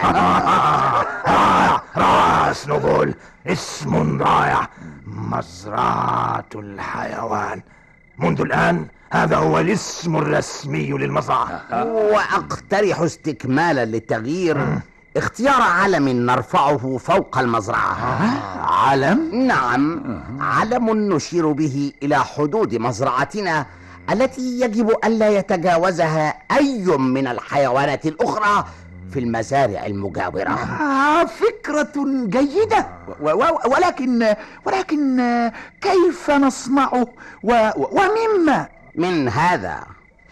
رائع سنوبول، اسم رائع، مزرعة الحيوان. منذ الآن هذا هو الاسم الرسمي للمزرعة. وأقترح استكمالا للتغيير اختيار علم نرفعه فوق المزرعة. علم؟ نعم، علم نشير به إلى حدود مزرعتنا التي يجب ألا يتجاوزها أي من الحيوانات الأخرى في المزارع المجاورة. آه فكرة جيدة، و و ولكن ولكن كيف نصنعه و ومما؟ من هذا.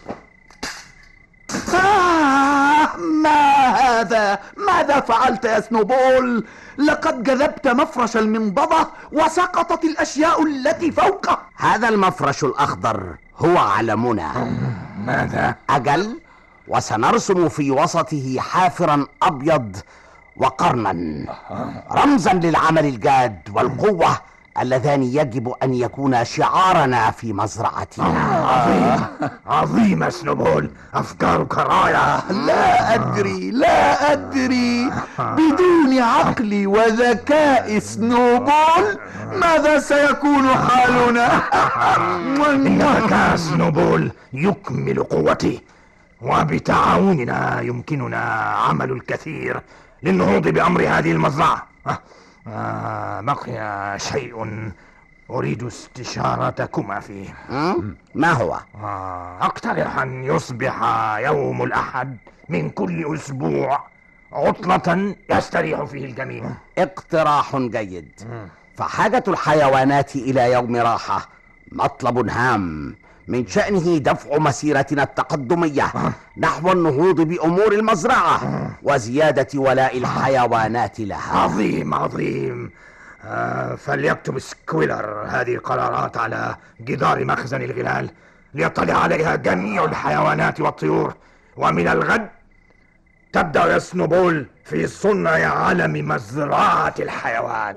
آه ما هذا؟ ماذا فعلت يا سنوبول؟ لقد جذبت مفرش المنضدة وسقطت الأشياء التي فوقه. هذا المفرش الأخضر هو علمنا. ماذا؟ أجل، وسنرسم في وسطه حافرا أبيض وقرنا رمزا للعمل الجاد والقوة اللذان يجب أن يكونا شعارنا في مزرعتنا. عظيم عظيم سنوبول، أفكارك رائعة. لا أدري لا أدري بدون عقل وذكاء سنوبول ماذا سيكون حالنا. إن ذكاء سنوبول يكمل قوتي، وبتعاوننا يمكننا عمل الكثير للنهوض بأمر هذه المزرعة. آه بقي شيء أريد استشارتكما فيه. ما هو؟ آه أقترح أن يصبح يوم الأحد من كل أسبوع عطلة يستريح فيه الجميع. اقتراح جيد. فحاجة الحيوانات إلى يوم راحة مطلب هام من شأنه دفع مسيرتنا التقدمية نحو النهوض بأمور المزرعة وزيادة ولاء الحيوانات لها. عظيم عظيم. آه فليكتب سكويلر هذه القرارات على جدار مخزن الغلال ليطلع عليها جميع الحيوانات والطيور، ومن الغد تبدأ يا سنوبول في صنع علم مزرعة الحيوان.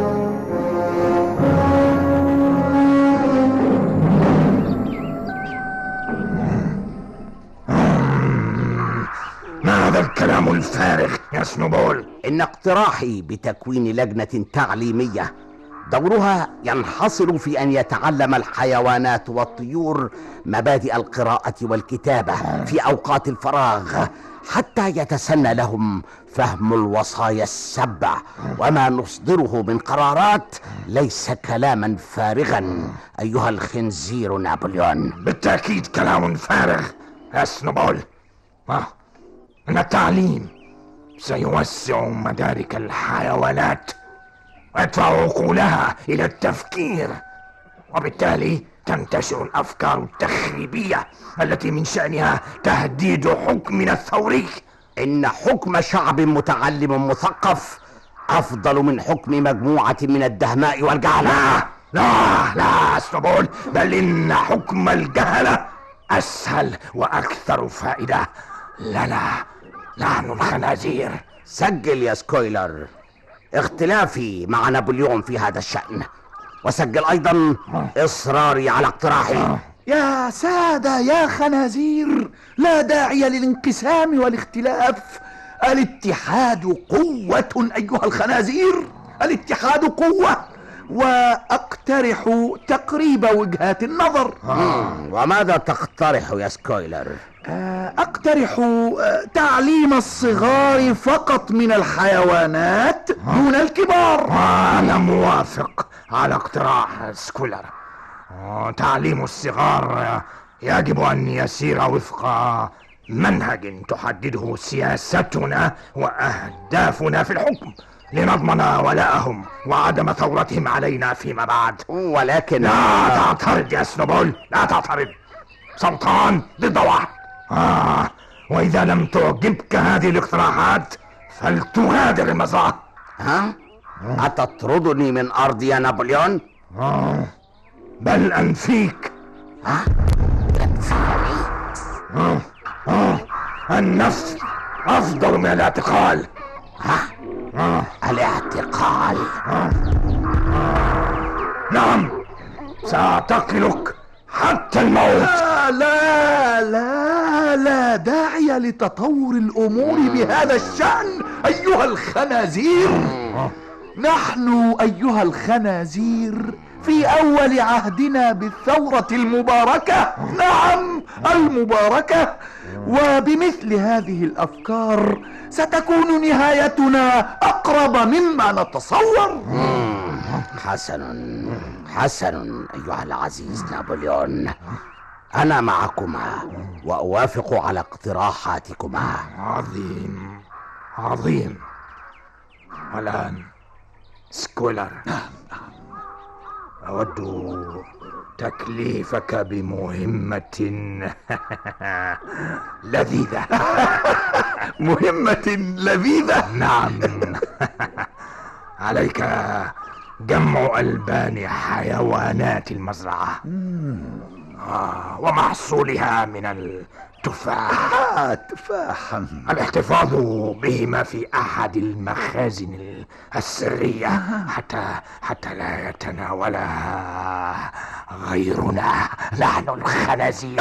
ما هذا الكلام الفارغ يا سنوبول؟ إن اقتراحي بتكوين لجنة تعليمية دورها ينحصر في أن يتعلم الحيوانات والطيور مبادئ القراءة والكتابة في أوقات الفراغ حتى يتسنى لهم فهم الوصايا السبع، وما نصدره من قرارات ليس كلاما فارغا أيها الخنزير نابليون. بالتأكيد كلام فارغ يا سنوبول. آه. إن التعليم سيوسع مدارك الحيوانات ويدفع عقولها إلى التفكير، وبالتالي تنتشر الأفكار التخريبية التي من شأنها تهديد حكمنا الثوري. إن حكم شعب متعلم مثقف أفضل من حكم مجموعة من الدهماء والجهلة. لا لا لا سنوبول، بل إن حكم الجهلة أسهل وأكثر فائدة لنا نحن الخنازير. سجل يا سكويلر اختلافي مع نابليون في هذا الشأن، وسجل أيضا إصراري على اقتراحي. يا سادة يا خنازير، لا داعي للانقسام والاختلاف. الاتحاد قوة أيها الخنازير، الاتحاد قوة. وأقترح أقترح تقريب وجهات النظر. وماذا تقترح يا سكويلر؟ أقترح تعليم الصغار فقط من الحيوانات دون الكبار. أنا موافق على اقتراح سكويلر. تعليم الصغار يجب أن يسير وفق منهج تحدده سياستنا وأهدافنا في الحكم لنضمن ولاءهم وعدم ثورتهم علينا فيما بعد. ولكن لا تعترض يا سنوبول، لا تعترض. صوتان ضد واحد. آه وإذا لم تعجبك هذه الاقتراحات فلتغادر المزرعة. ها؟ أتطردني من أرضي يا نابليون؟ آه بل أنفيك. ها؟ تنفيني؟ آه آه النفس أفضل من الاعتقال. ها؟ آه. الاعتقال. آه. آه. نعم سأعتقلك حتى الموت. لا لا لا لا داعي لتطور الأمور بهذا الشأن أيها الخنازير. نحن أيها الخنازير في أول عهدنا بالثورة المباركة، نعم المباركة، وبمثل هذه الأفكار ستكون نهايتنا أقرب مما نتصور. حسن حسن أيها العزيز نابليون، أنا معكما وأوافق على اقتراحاتكما. عظيم عظيم. والآن سكويلر، أود تكليفك بمهمة لذيذة. مهمة لذيذة؟ نعم. عليك جمع ألبان حيوانات المزرعة آه ومحصولها من التفاح. آه تفاحا. الاحتفاظ بهما في أحد المخازن السرية حتى حتى لا يتناولها غيرنا نحن الخنازير.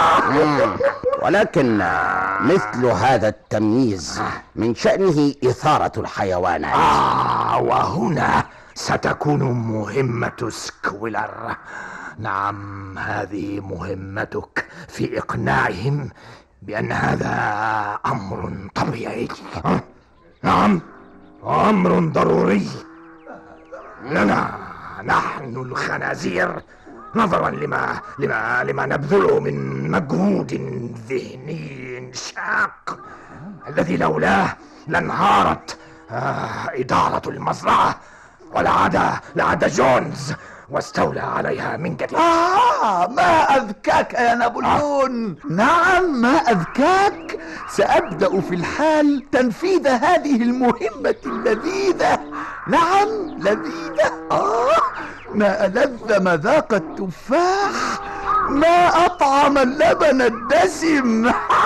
ولكن مثل هذا التمييز من شأنه إثارة الحيوانات. آه وهنا ستكون مهمة سكويلر. نعم هذه مهمتك في إقناعهم بأن هذا أمر طبيعي. نعم أمر ضروري لنا نحن الخنازير، نظرا لما لما لما نبذله من مجهود ذهني شاق الذي لولاه لانهارت آه إدارة المزرعة ولعاد لعاد جونز واستولى عليها من جديد. آه ما أذكاك يا نابليون. آه. نعم ما أذكاك. سأبدأ في الحال تنفيذ هذه المهمة اللذيذة. نعم لذيذة. آه ما ألذ مذاق التفاح، ما أطعم اللبن الدسم.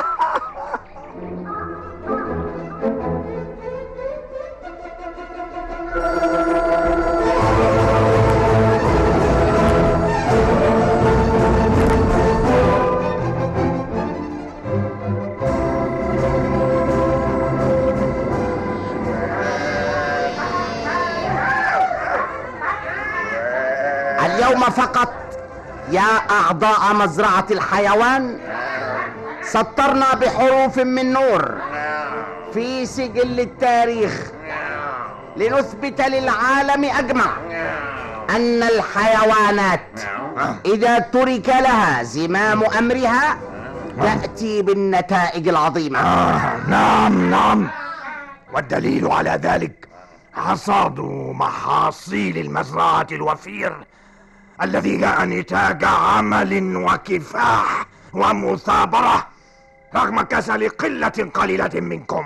اليوم فقط يا أعضاء مزرعة الحيوان سطرنا بحروف من نور في سجل التاريخ لنثبت للعالم أجمع أن الحيوانات إذا ترك لها زمام أمرها تأتي بالنتائج العظيمة. آه نعم نعم، والدليل على ذلك حصاد محاصيل المزرعة الوفير الذي جاء نتاج عمل وكفاح ومثابرة رغم كسل قلة قليلة منكم.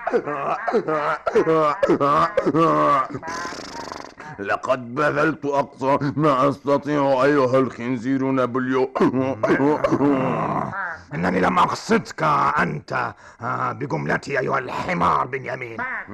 لقد بذلت أقصى ما أستطيع أيها الخنزير نابليون. إنني لم أقصدك أنت بجملتي أيها الحمار بنيامين.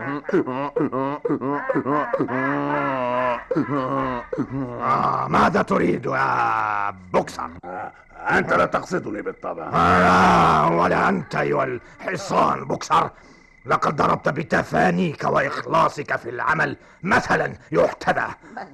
آه ماذا تريد يا بوكسر؟ أنت لا تقصدني بالطبع. آه ولا أنت أيها الحصان بوكسر. لقد ضربت بتفانيك وإخلاصك في العمل مثلا يحتذى.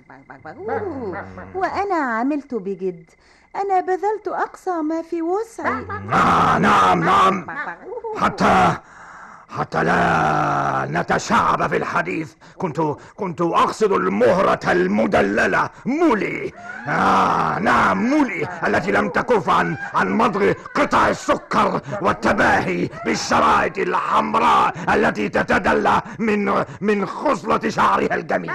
وأنا عملت بجد، أنا بذلت أقصى ما في وسعي. آه نعم نعم، حتى حتى لا نتشعب في الحديث كنت كنت أقصد المهرة المدللة مولي. آه نعم مولي التي لم تكف عن عن مضغ قطع السكر والتباهي بالشرائط الحمراء التي تتدلى من من خصلة شعرها الجميل.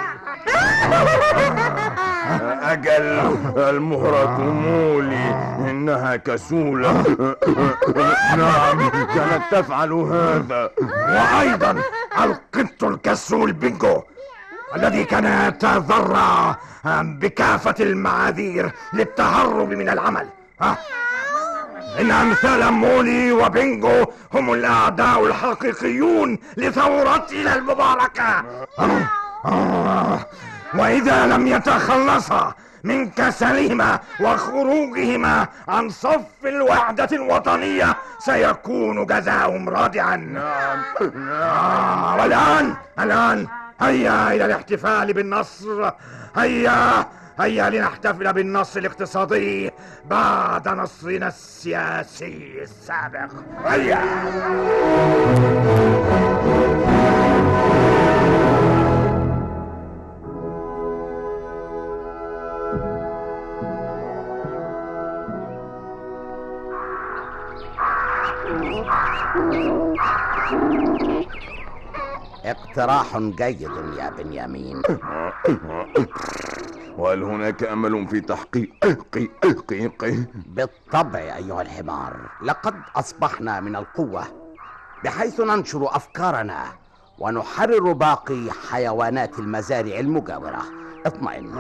أجل المهرة مولي إنها كسولة. نعم كانت تفعل هذا. وأيضا القط الكسول بينجو الذي كان يتذرع بكافة المعاذير للتهرب من العمل. ها؟ إن أمثال مولي وبينجو هم الأعداء الحقيقيون لثورتنا المباركة. وإذا لم يتخلصا من كسلهما وخروجهما عن صف الوحدة الوطنية سيكون جزاؤهم رادعا. نعم آه والآن الآن هيا إلى الاحتفال بالنصر. هيا هيا لنحتفل بالنصر الاقتصادي بعد نصرنا السياسي السابق. هيا. اقتراح جيد يا بنيامين. وهل هناك أمل في تحقيق؟ بالطبع أيها الحمار، لقد أصبحنا من القوة بحيث ننشر أفكارنا ونحرر باقي حيوانات المزارع المجاورة. اطمئن.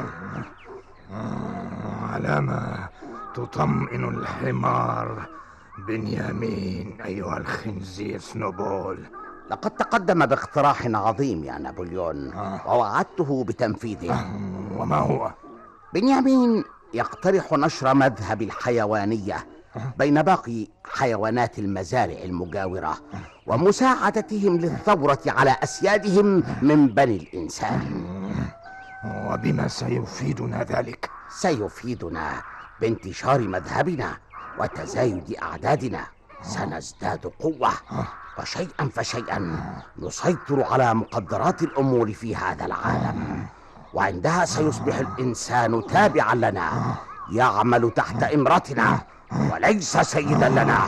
على ما تطمئن الحمار بنيامين أيها الخنزير سنوبول؟ لقد تقدم باقتراح عظيم يا نابليون ووعدته بتنفيذه. وما هو؟ بنيامين يقترح نشر مذهب الحيوانية بين باقي حيوانات المزارع المجاورة ومساعدتهم للثورة على أسيادهم من بني الإنسان. وبما سيفيدنا ذلك؟ سيفيدنا بانتشار مذهبنا وتزايد أعدادنا. سنزداد قوة وشيئا فشيئا نسيطر على مقدرات الأمور في هذا العالم، وعندها سيصبح الإنسان تابعا لنا يعمل تحت إمرتنا وليس سيدا لنا.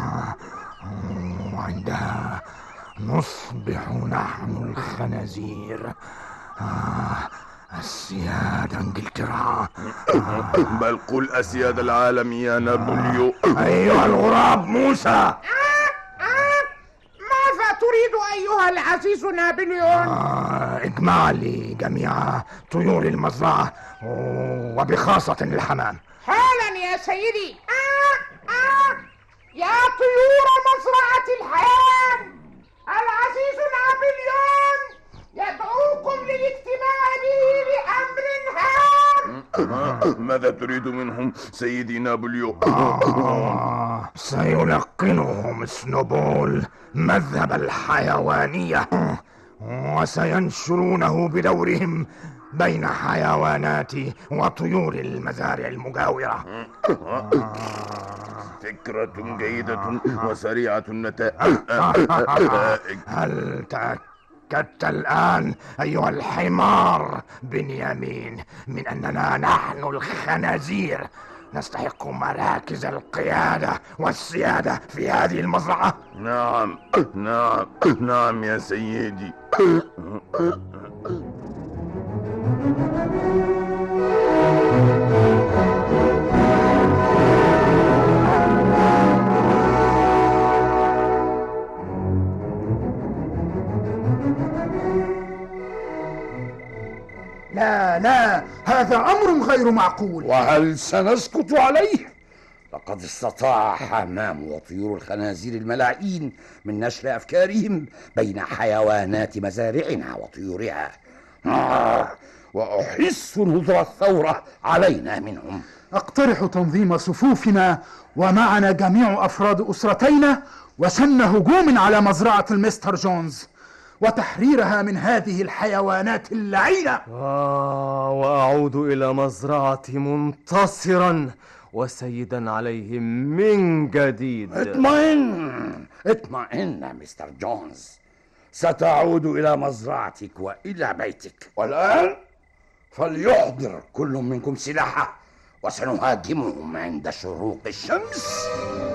وعندها نصبح نحن الخنازير السيادة انجلترا. بل قل أسياد العالم يا نابليو. أيها الغراب موسى. ماذا تريد أيها العزيز نابليون؟ آه اجمع لي جميع طيور المزرعة وبخاصة الحمام. حالا يا سيدي. آه آه يا طيور مزرعة الحياة، العزيز نابليون يدعوكم للاجتماع به لأمر هام. ماذا تريد منهم سيدي نابليو؟ آه سيلقنهم سنوبول مذهب الحيوانية وسينشرونه بدورهم بين حيوانات وطيور المزارع المجاورة. فكرة جيدة وسريعة النتائج. هل تأكدت الآن أيها الحمار بنيامين من أننا نحن الخنازير نستحق مراكز القيادة والسيادة في هذه المزرعة؟ نعم نعم نعم يا سيدي. لا لا، هذا أمر غير معقول. وهل سنسكت عليه؟ لقد استطاع حمام وطيور الخنازير الملايين من نشر أفكارهم بين حيوانات مزارعنا وطيورها. آه وأحس نذر الثورة علينا منهم. أقترح تنظيم صفوفنا ومعنا جميع أفراد أسرتينا وشن هجوم على مزرعة المستر جونز وتحريرها من هذه الحيوانات اللعينة. آه وأعود إلى مزرعتي منتصرا وسيدا عليهم من جديد. اطمئن اطمئن مستر جونز، ستعود إلى مزرعتك وإلى بيتك. والآن فليحضر كل منكم سلاحه وسنهاجمهم عند شروق الشمس.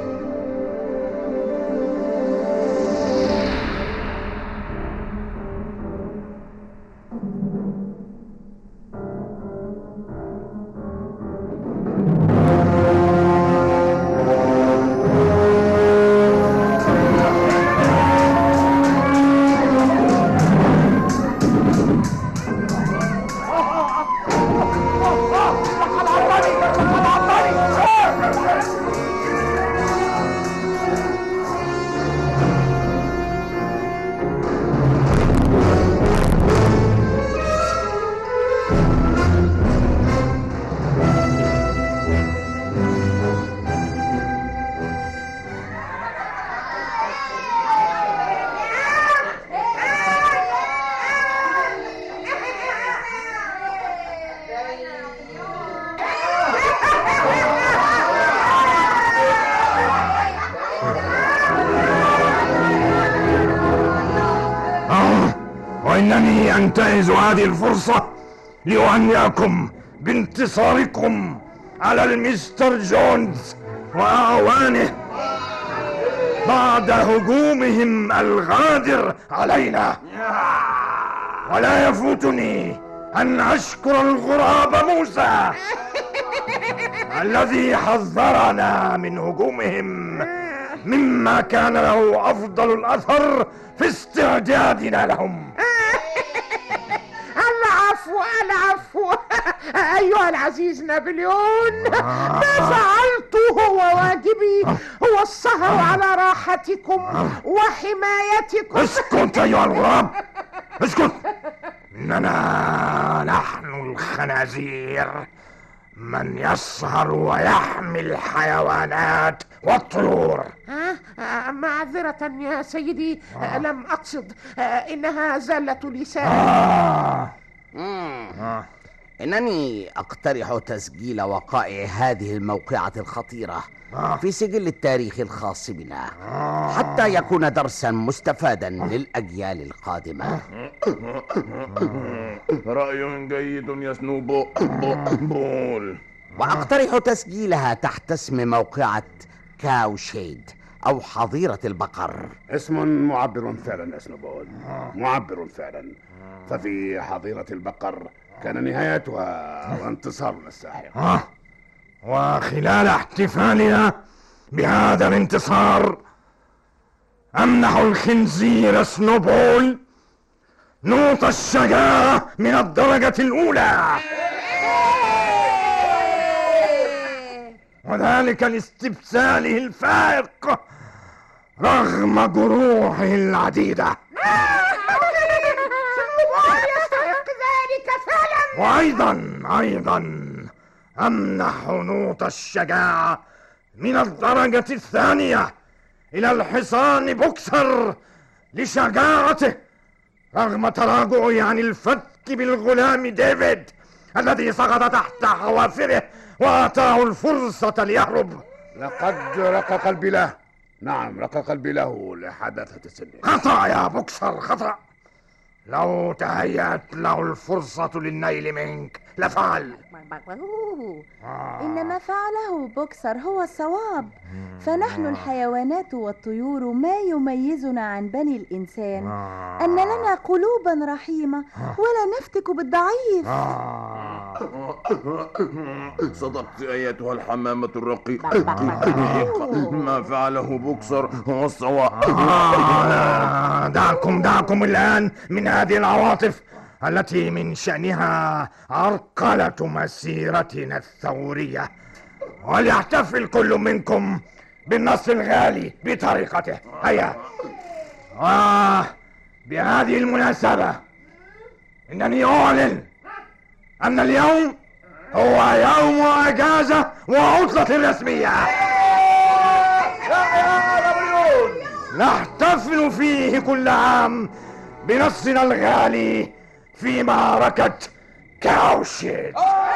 وإنني أنتهز هذه الفرصة لأهنئكم بانتصاركم على المستر جونز وأعوانه بعد هجومهم الغادر علينا. ولا يفوتني أن أشكر الغراب موسى الذي حذرنا من هجومهم، مما كان له أفضل الأثر في استعدادنا لهم. العفو العفو أيها العزيز نابليون، ما فعلته هو واجبي، هو السهر على راحتكم وحمايتكم. اسكت أيها الغراب، اسكت. إننا نحن الخنازير من يسهر ويحمي الحيوانات والطيور. آه معذرة يا سيدي، آه. لم أقصد، آه إنها زلة لساني. آه. آه. إنني أقترح تسجيل وقائع هذه الموقعة الخطيرة آه. في سجل التاريخ الخاص بنا آه. حتى يكون درسا مستفادا للأجيال القادمة. رأي جيد يا سنوبول. وأقترح تسجيلها تحت اسم موقعة كاو شيد أو حظيرة البقر. اسم معبر فعلا يا سنوبول، معبر فعلا. ففي حظيرة البقر كان نهايتها وانتصارنا الساحق. آه. وخلال احتفالنا بهذا الانتصار أمنح الخنزير سنوبول نوط الشجاعة من الدرجة الأولى، وذلك لاستبساله الفائق رغم جروحه العديدة. يستحق ذلك فعلا. وأيضا أيضا أمنح نوط الشجاعة من الدرجة الثانية إلى الحصان بوكسر لشجاعته رغم تراجعه عن الفتك بالغلام ديفيد الذي سقط تحت حوافره وأعطاه الفرصة ليهرب. لقد رق قلبي له، نعم رق قلبي له لحداثة سنه. خطأ يا بوكسر، خطأ. لو تهيأت له الفرصة للنيل منك لفعل. إن ما فعله بوكسر هو الصواب، فنحن الحيوانات والطيور ما يميزنا عن بني الإنسان أن لنا قلوبا رحيمة ولا نفتك بالضعيف. صدقت أيتها الحمامة الرقيقة، ما فعله بوكسر هو الصواب. دعكم دعكم الآن من هذه العواطف التي من شأنها عرقلة مسيرتنا الثورية، وليحتفل كل منكم بالنصر الغالي بطريقته. هيا. آه بهذه المناسبة إنني أعلن أن اليوم هو يوم أجازة وعطلة رسمية نحتفل فيه كل عام بنصرنا الغالي في معركة كاوشيت.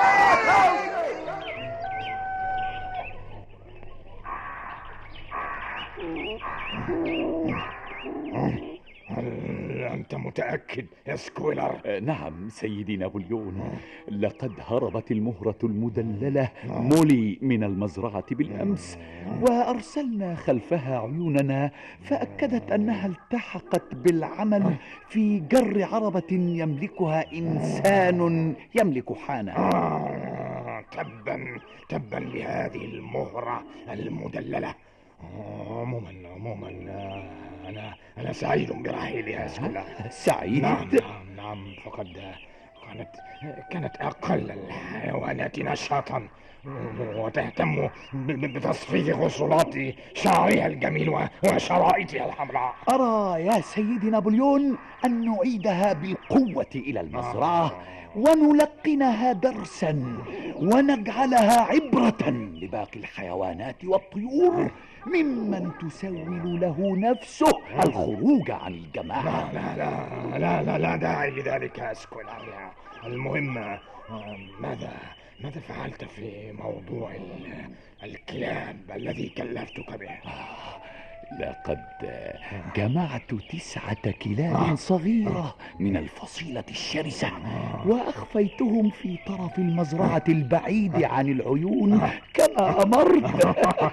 هل أنت متأكد يا سكويلر؟ نعم سيدي نابليون، لقد هربت المهرة المدللة مولي من المزرعة بالأمس، وأرسلنا خلفها عيوننا فأكدت أنها التحقت بالعمل في جر عربة يملكها إنسان يملك حانة. آه، تبا تبا لهذه المهرة المدللة. عموما عموما أنا أنا سعيد برحيلها سكويلر. سعيد؟ نعم نعم نعم فقد كانت كانت أقل الحيوانات نشاطا وتهتم بتصفيف خصلات شعرها الجميل وشرائطها الحمراء. أرى يا سيدي نابليون أن نعيدها بالقوة إلى المزرعة ونلقنها درسا ونجعلها عبرة لباقي الحيوانات والطيور ممن تسول له نفسه الخروج عن الجماعة. لا لا لا لا لا, لا داعي لذلك يا سكويلر. المهم ماذا ماذا فعلت في موضوع الكلاب الذي كلفتك به؟ لقد جمعت تسعة كلاب صغيرة من الفصيلة الشرسة وأخفيتهم في طرف المزرعة البعيد عن العيون كما أمرت.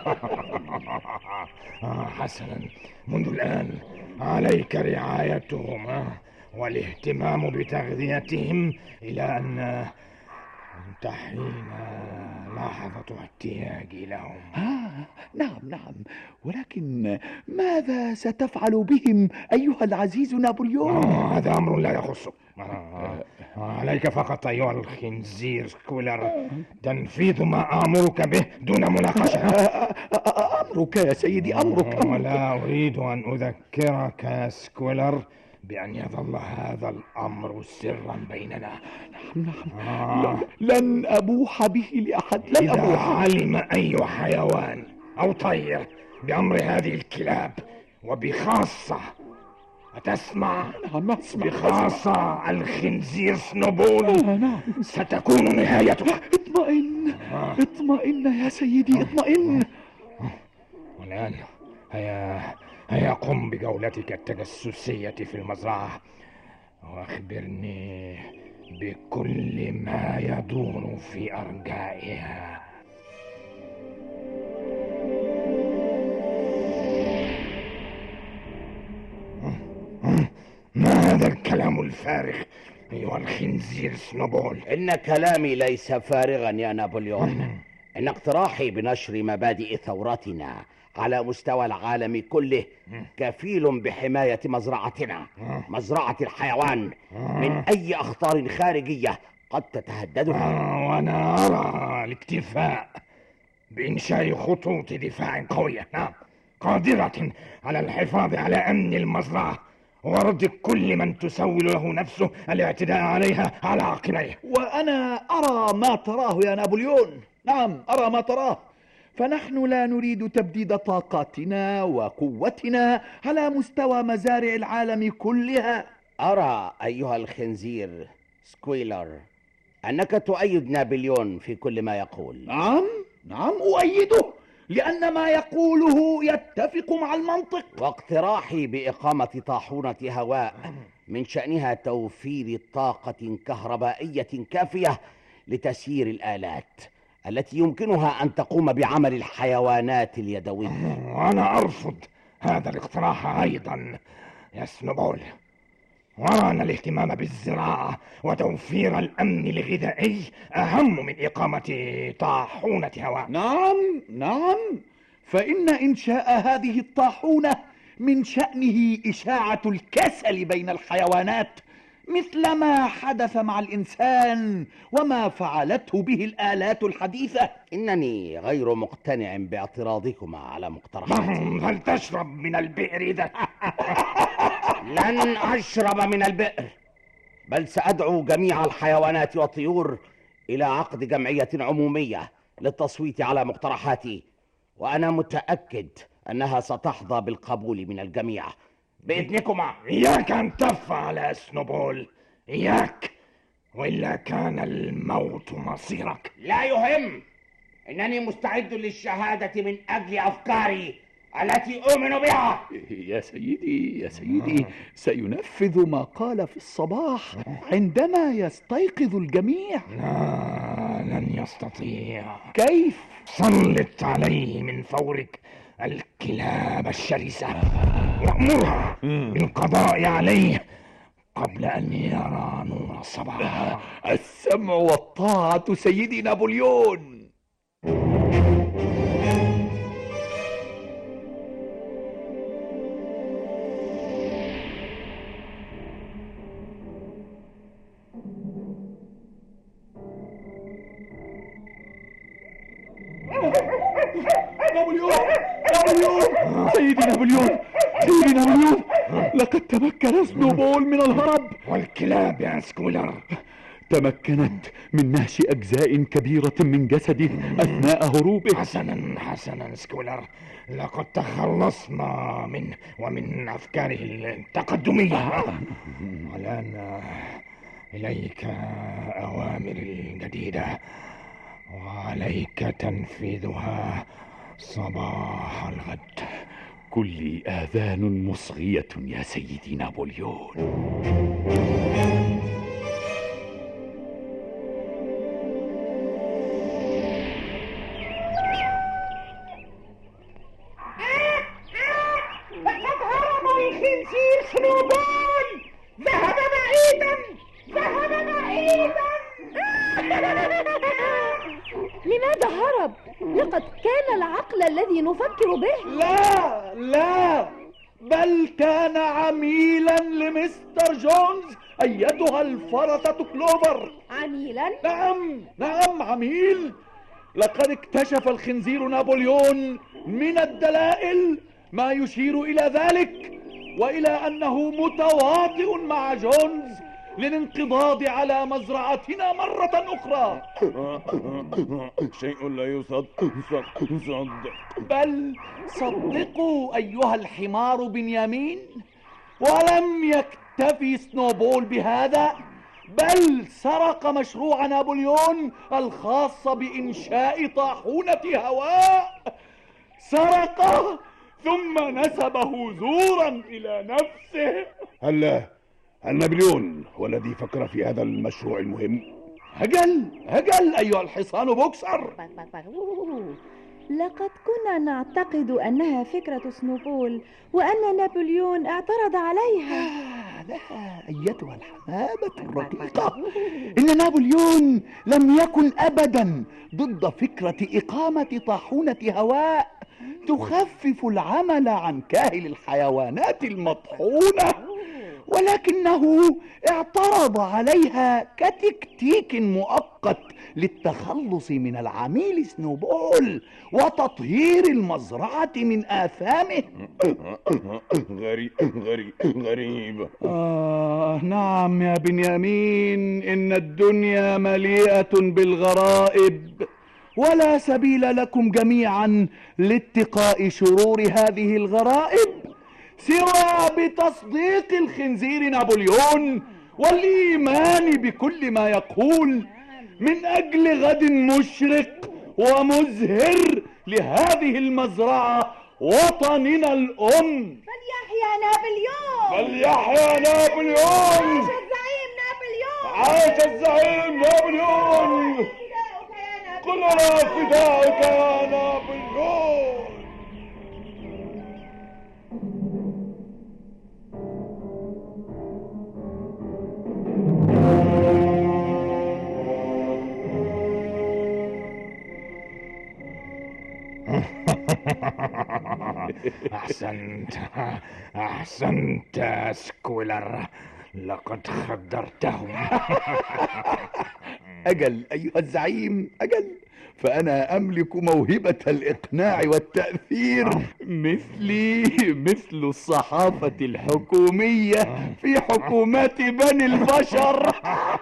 حسنا، منذ الآن عليك رعايتهم والاهتمام بتغذيتهم إلى أن تحين لحظة احتياجي لهم. آه نعم نعم، ولكن ماذا ستفعل بهم أيها العزيز نابليون؟ آه هذا أمر لا يخصك. آه عليك فقط أيها الخنزير سكويلر تنفيذ ما آمرك به دون مناقشة. أمرك يا سيدي أمرك. ولا أريد أن أذكرك يا سكويلر بأن يظل هذا الأمر سرا بيننا. نعم نعم آه. لن أبوح به لأحد. لن إذا أبوح. علم أي حيوان أو طير بأمر هذه الكلاب وبخاصة أتسمع؟ نعم أسمع. بخاصة الخنزير سنوبول. آه نعم. ستكون نهايته. اطمئن آه. اطمئن يا سيدي اطمئن. والآن هيا هيا قم بجولتك التجسسية في المزرعة وأخبرني بكل ما يدور في أرجائها. ما هذا الكلام الفارغ أيها الخنزير سنوبول؟ إن كلامي ليس فارغا يا نابليون. إن اقتراحي بنشر مبادئ ثورتنا على مستوى العالم كله كفيل بحماية مزرعتنا، مزرعة الحيوان، من أي أخطار خارجية قد تتهددها. وأنا أرى الاكتفاء بإنشاء خطوط دفاع قوية، نعم، قادرة على الحفاظ على أمن المزرعة ورد كل من تسول له نفسه الاعتداء عليها على عقبيه. وأنا أرى ما تراه يا نابليون. نعم أرى ما تراه، فنحن لا نريد تبديد طاقاتنا وقوتنا على مستوى مزارع العالم كلها. أرى أيها الخنزير سكويلر أنك تؤيد نابليون في كل ما يقول. نعم نعم أؤيده، لأن ما يقوله يتفق مع المنطق. واقتراحي بإقامة طاحونة هواء من شأنها توفير طاقة كهربائية كافية لتسيير الآلات التي يمكنها أن تقوم بعمل الحيوانات اليدوية. وأنا أرفض هذا الاقتراح أيضا يا سنوبول، وأرى أن الاهتمام بالزراعة وتوفير الأمن الغذائي أهم من إقامة طاحونة هواء. نعم نعم، فإن إنشاء هذه الطاحونة من شأنه إشاعة الكسل بين الحيوانات، مثل ما حدث مع الإنسان وما فعلته به الآلات الحديثة. إنني غير مقتنع باعتراضكما على مقترحاتي. هل تشرب من البئر إذا؟ لن أشرب من البئر، بل سأدعو جميع الحيوانات والطيور إلى عقد جمعية عمومية للتصويت على مقترحاتي، وأنا متأكد أنها ستحظى بالقبول من الجميع بإذنكما. إياك أن تفعل سنوبول، إياك، وإلا كان الموت مصيرك. لا يهم، إنني مستعد للشهادة من أجل أفكاري التي أؤمن بها. يا سيدي يا سيدي، سينفذ ما قال في الصباح عندما يستيقظ الجميع. لا، لن يستطيع. كيف؟ سلط عليه من فورك الكلاب الشرسة وأمرها بالقضاء عليه قبل أن يرى نور الصباح. السمع والطاعة سيدي نابليون. نابليون نابليون سيدي نابليون سيدي نابليون، لقد تمكن سنوبول من الهرب. والكلاب يا سكويلر تمكنت من نهش أجزاء كبيرة من جسده أثناء هروبه. حسنا حسنا سكويلر، لقد تخلصنا منه ومن أفكاره التقدمية. والآن إليك أوامر الجديدة وعليك تنفيذها صباح الغد. كل آذان مصغية يا سيدي نابليون. لقد هرب الخنزير سنوبول، ذهب بعيدا ذهب بعيدا. لماذا هرب؟ لقد كان العقل الذي نفكر به. لا لا، بل كان عميلا لمستر جونز أيتها الفرسة كلوفر. عميلا؟ نعم نعم عميل. لقد اكتشف الخنزير نابليون من الدلائل ما يشير إلى ذلك، وإلى أنه متواطئ مع جونز للانقضاض على مزرعتنا مرة أخرى. شيء لا يصدق. بل صدقوا أيها الحمار بنيامين، ولم يكتفي سنوبول بهذا، بل سرق مشروع نابليون الخاص بإنشاء طاحونة هواء. سرقه ثم نسبه زورا إلى نفسه. هل هل نابليون هو الذي فكر في هذا المشروع المهم؟ هجل هجل أيها الحصان بوكسر. لقد كنا نعتقد أنها فكرة سنوبول وأن نابليون اعترض عليها. آه لا أيتها الحمامة الرقيقة، إن نابليون لم يكن أبدا ضد فكرة إقامة طاحونة هواء تخفف العمل عن كاهل الحيوانات المطحونة، ولكنه اعترض عليها كتكتيك مؤقت للتخلص من العميل سنوبول وتطهير المزرعة من آثامه. غريب غريب غريب. آه نعم يا بنيامين، إن الدنيا مليئة بالغرائب، ولا سبيل لكم جميعا لاتقاء شرور هذه الغرائب سوى بتصديق الخنزير نابليون والإيمان بكل ما يقول، من أجل غد مشرق ومزهر لهذه المزرعة وطننا الأم. فليحيا نابليون، فليحيا نابليون، عاش الزعيم نابليون، عاش الزعيم نابليون، كلنا فداؤك يا نابليون. أحسنت أحسنت سكويلر، لقد خدرتهم. أجل أيها الزعيم أجل، فأنا أملك موهبة الإقناع والتأثير مثلي مثل الصحافة الحكومية في حكومات بني البشر.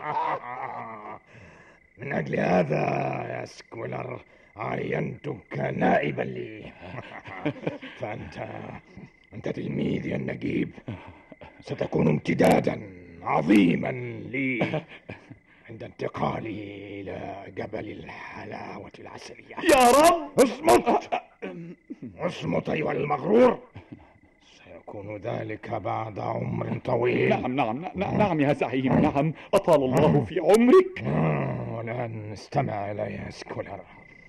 من أجل هذا يا سكولر عينتك نائبا لي. فأنت أنت تلميذي النجيب، ستكون امتدادا عظيما لي عند انتقالي إلى جبل الحلاوة العسلية. يا رب اصمت اصمت أيها المغرور، سيكون ذلك بعد عمر طويل. نعم نعم نعم, نعم يا زعيم، نعم، أطال الله في عمرك. والآن استمع إلي يا سكولر.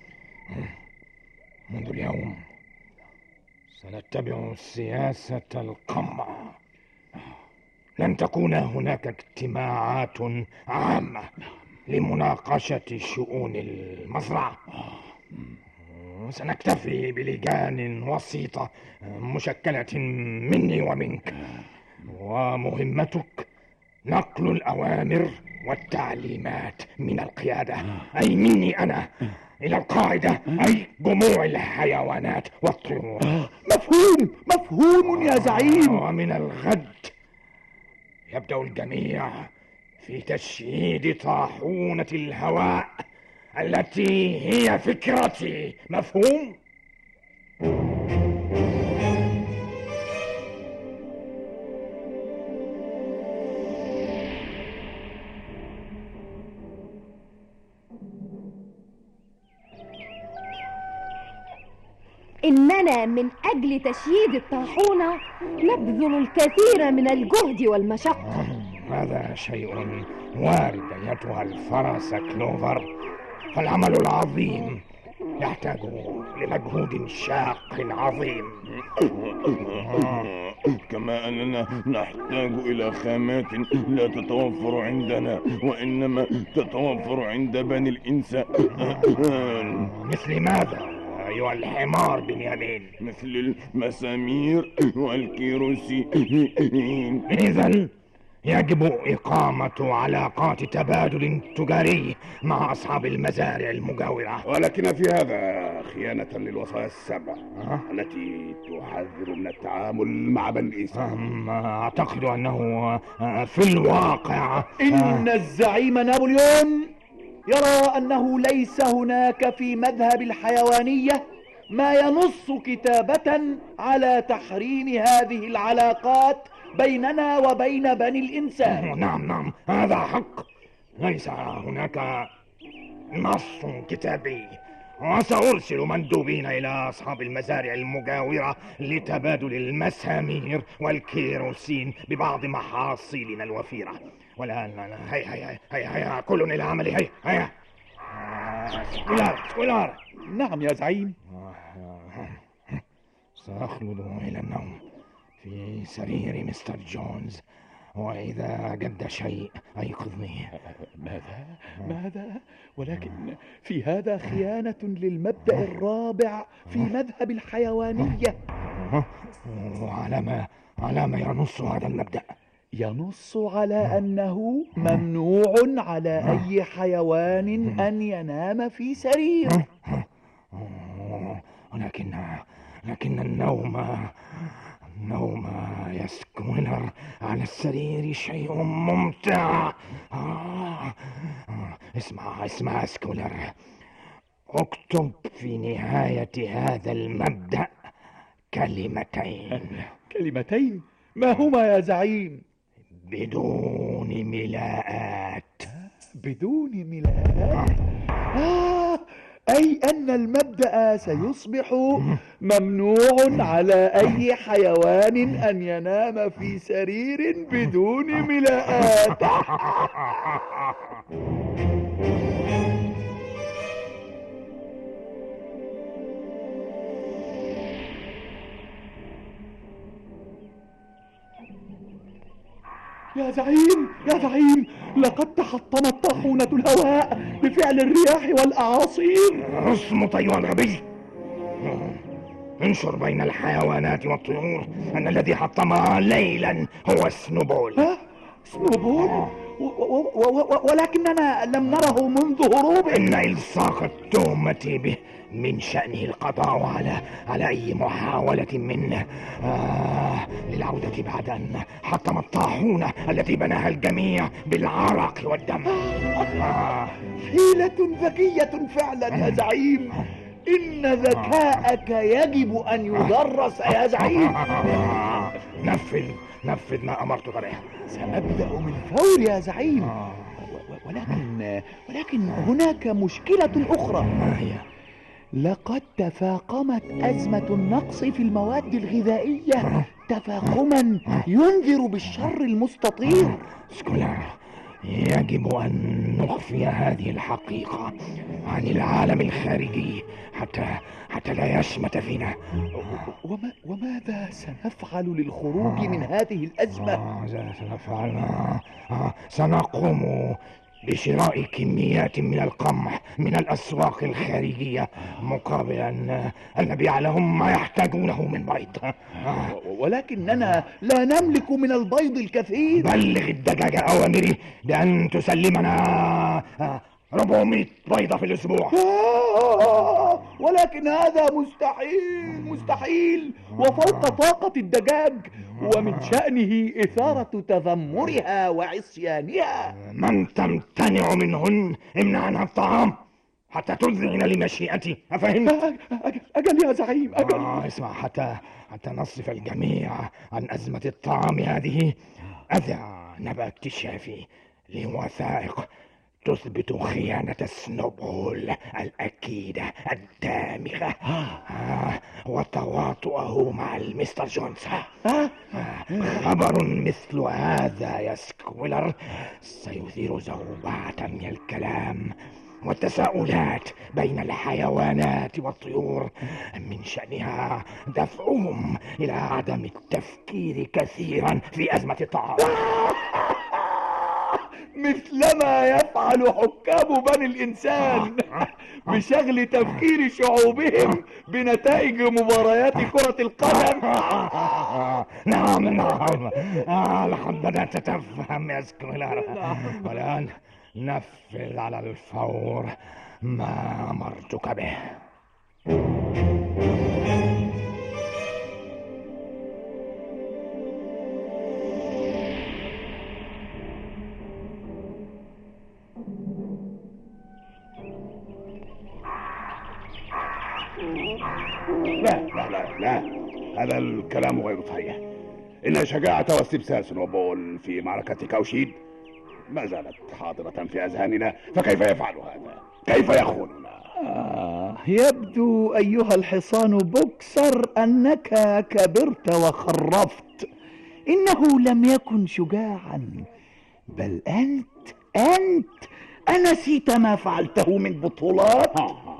منذ اليوم سنتبع سياسة القمع. لن تكون هناك اجتماعات عامة لمناقشة شؤون المزرعة. سنكتفي بلجان وسيطة مشكلة مني ومنك، ومهمتك نقل الأوامر والتعليمات من القيادة، أي مني أنا، إلى القاعدة، أي جموع الحيوانات والطيور. مفهوم مفهوم يا زعيم. ومن الغد يبدأ الجميع في تشييد طاحونة الهواء التي هي فكرتي. مفهوم؟ إننا من أجل تشييد الطاحونة نبذل الكثير من الجهد والمشقة. هذا شيء وارد أيتها الفرس كلوفر، فالعمل العظيم يحتاج لمجهود شاق عظيم. كما أننا نحتاج إلى خامات لا تتوفر عندنا وإنما تتوفر عند بني الإنسان. مثل ماذا أيها الحمار بنيامين؟ مثل المسامير والكيروسيين. إذن يجب إقامة علاقات تبادل تجاري مع أصحاب المزارع المجاورة. ولكن في هذا خيانة للوصايا السبع التي تحذر من التعامل مع بني الإنسان. أعتقد أنه في الواقع إن الزعيم نابليون يرى أنه ليس هناك في مذهب الحيوانية ما ينص كتابة على تحريم هذه العلاقات بيننا وبين بني الإنسان. نعم نعم هذا حق، ليس هناك نص كتابي، وسأرسل مندوبين إلى أصحاب المزارع المجاورة لتبادل المسامير والكيروسين ببعض محاصيلنا الوفيرة. والآن هيا هيا هيا هيا كل إلى عملي. هيا هيا سكولار سكولار. نعم يا زعيم. سأخلد إلى النوم في سرير مستر جونز، وإذا جد شيء أيقظني. ماذا؟ ماذا؟ ولكن في هذا خيانة للمبدأ الرابع في مذهب الحيوانية. وعلى ما على ما ينص هذا المبدأ؟ ينص على أنه ممنوع على أي حيوان أن ينام في سرير. ولكن لكن النوم النوم يا سكولر على السرير شيء ممتع. آه. اسمع اسمع سكولر، اكتب في نهاية هذا المبدأ كلمتين. كلمتين؟ ما هما يا زعيم؟ بدون ملاءات. بدون ملاءات؟ آه أي أن المبدأ سيصبح ممنوع على أي حيوان أن ينام في سرير بدون ملاءات. يا زعيم يا زعيم، لقد تحطمت طاحونة الهواء بفعل الرياح والأعاصير. اصمت أيها الغبي، انشر بين الحيوانات والطيور أن الذي حطمها ليلا هو سنوبول. ها؟ سنوبول؟ ولكننا لم نره منذ هروبه. إن إلصاق التهمة به من شأنه القضاء على على أي محاولة منه آه للعودة بعد أن حطم الطاحونة التي بناها الجميع بالعرق والدم. آه حيلة ذكية فعلا يا زعيم. إن ذكاءك يجب أن يدرس يا زعيم. نفذ نفذ ما أمرت به. سأبدأ من فور يا زعيم. ولكن ولكن هناك مشكلة أخرى. ما هي؟ لقد تفاقمت أزمة النقص في المواد الغذائية تفاقما ينذر بالشر المستطير. سكولار، يجب أن نخفي هذه الحقيقة عن العالم الخارجي حتى حتى لا يشمت فينا. وما وماذا سنفعل للخروج من هذه الأزمة؟ آه سنفعل آه سنقوم بشراء كميات من القمح من الأسواق الخارجية مقابل أن نبيع لهم ما يحتاجونه من بيض. ولكننا لا نملك من البيض الكثير. بلغ الدجاجة أوامري بأن تسلمنا أربعمائة بيضة في الأسبوع. ولكن هذا مستحيل مستحيل وفوق طاقة الدجاج، ومن شأنه إثارة تذمرها وعصيانها. من تمتنع منهن امنع عنها الطعام حتى تذعن لمشيئتي، أفهمت؟ أجل يا زعيم أجل. آه اسمع، حتى حتى نصف الجميع عن أزمة الطعام هذه أذع نبأ اكتشافي لوثائق تثبت خيانة سنوبول الأكيدة الدامغة آه وتواطؤه مع المستر جونز. آه خبر مثل هذا يا سكويلر سيثير زوبعة من الكلام والتساؤلات بين الحيوانات والطيور من شأنها دفعهم إلى عدم التفكير كثيرا في أزمة الطعام. مثلما يفعل حكام بني الإنسان بشغل تفكير شعوبهم بنتائج مباريات كرة القدم. نعم نعم آه لقد بدأت تفهم يا سكويلر. والآن نفذ على الفور ما أمرتك به. لا لا لا لا هذا الكلام غير صحيح. إن شجاعة واستبسال سنوبول في معركة كاوشيد ما زالت حاضرة في أذهاننا، فكيف يفعل هذا؟ كيف يخوننا؟ آه يبدو أيها الحصان بوكسر أنك كبرت وخرفت. إنه لم يكن شجاعا، بل أنت أنت أنسيت ما فعلته من بطولات؟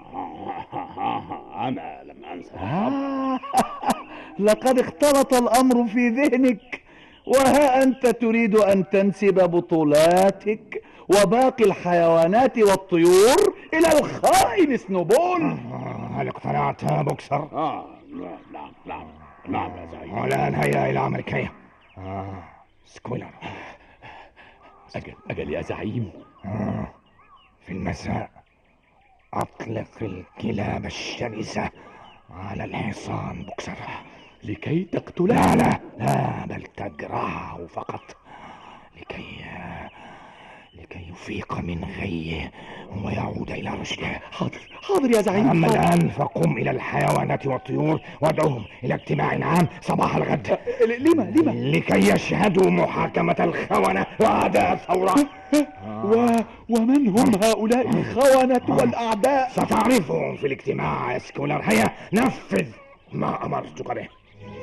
أنا لم أنسى. آه لقد اختلط الأمر في ذهنك، وها أنت تريد أن تنسب بطولاتك وباقي الحيوانات والطيور إلى الخائن سنوبول. آه هل اقتنعت يا بوكسر؟ آه نعم نعم نعم يا زعيم. والآن هيا إلى عملك. آه سكويلر. أجل أجل يا زعيم. آه في المساء أطلق الكلاب الشرسة على الحصان بوكسر لكي تقتله. لا لا لا بل تجرعه فقط لكي لكي يفيق من غيه ويعود إلى رشده. حاضر حاضر يا زعيم. أما الآن فقم إلى الحيوانات والطيور وادعوهم إلى اجتماع عام صباح الغد. لما لما؟ لكي يشهدوا محاكمة الخونة وأعداء الثورة. و... ومن هم هؤلاء الخونة والأعداء؟ ستعرفهم في الاجتماع يا سكولر. هيا نفذ ما أمرتك به.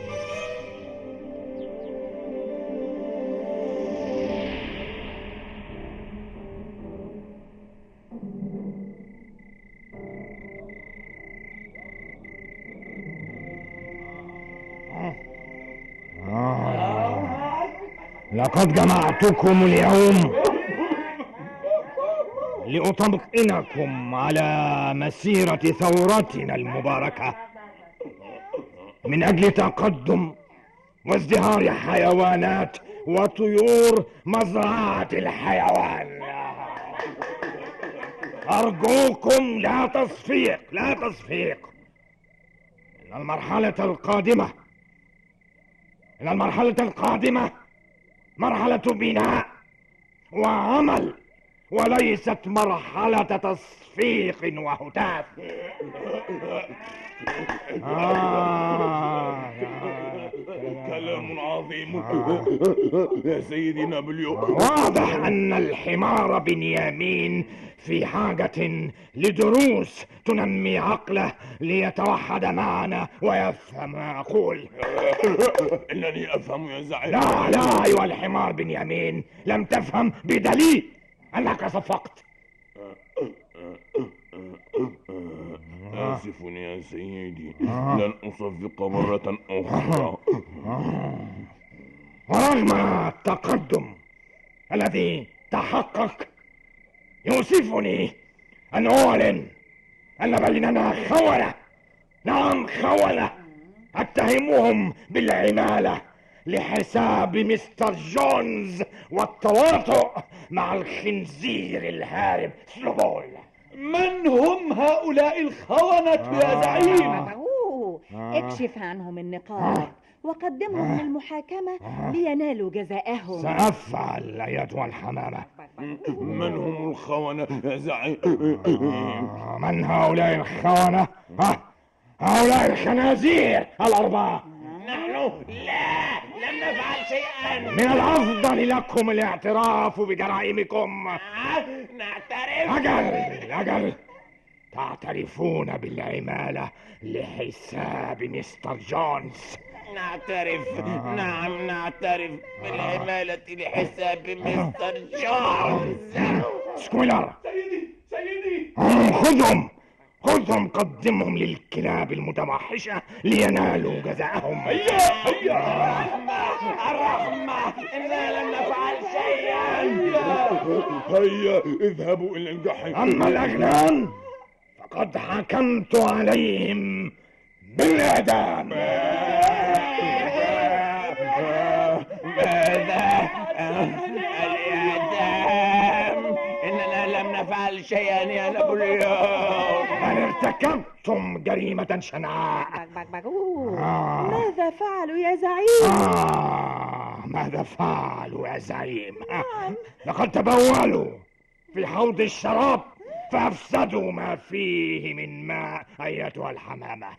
آه. لقد جمعتكم اليوم لأطمئنكم على مسيرة ثورتنا المباركة من أجل تقدم وازدهار حيوانات وطيور مزرعة الحيوان. أرجوكم لا تصفيق، لا تصفيق. إن المرحلة القادمة إن المرحلة القادمة مرحلة بناء وعمل، وليست مرحلة تصفيق وهتاف. آه. كلام عظيم يا سيدي نابليون. واضح أن الحمار بنيامين في حاجة لدروس تنمي عقله ليتوحد معنا ويفهم ما أقول. إنني أفهم يا زعيم. لا لا أيها الحمار بنيامين، لم تفهم بدليل أنك صفقت. آسف يا سيدي، لن أصفق مرة أخرى. ورغم التقدم الذي تحقق، يؤسفني أن أعلن أن بيننا خونة. نعم خونة، أتهمهم بالعمالة لحساب مستر جونز والتواطؤ مع الخنزير الهارب سلوبول. من هم هؤلاء الخونة يا زعيم؟ أوه. اكشف عنهم النقاط وقدمهم للمحاكمة لينالوا جزاءهم. سأفعل أيتها الحمامة. من هم الخونة يا زعيم؟ من هؤلاء الخونة؟ ها؟ هؤلاء الخنازير الأربعة. نحن لا لم نفعل شيئا. من الأفضل لكم الاعتراف بجرائمكم. نعترف. أجل أجل تعترفون بالعمالة لحساب مستر جونز. نعترف. نعم نعترف بالعمالة لحساب مستر جونز. سكويلر. سيدي سيدي. خذهم خذهم قدمهم للكلاب المتوحشة لينالوا جزاءهم. هيا هيا. الرحمة الرحمة، إنا لم نفعل شيئا. هيا اذهبوا إلى الجحيم. أما الأغنام فقد حكمت عليهم بالإعدام. ماذا؟ الإعدام؟ إننا لم نفعل شيئا يا نابليون. بل ارتكبتم جريمة شنعاء. آه. ماذا فعلوا يا زعيم؟ آه. ماذا فعلوا يا زعيم؟ لقد تبولوا في حوض الشراب فأفسدوا ما فيه من ماء أيتها الحمامة.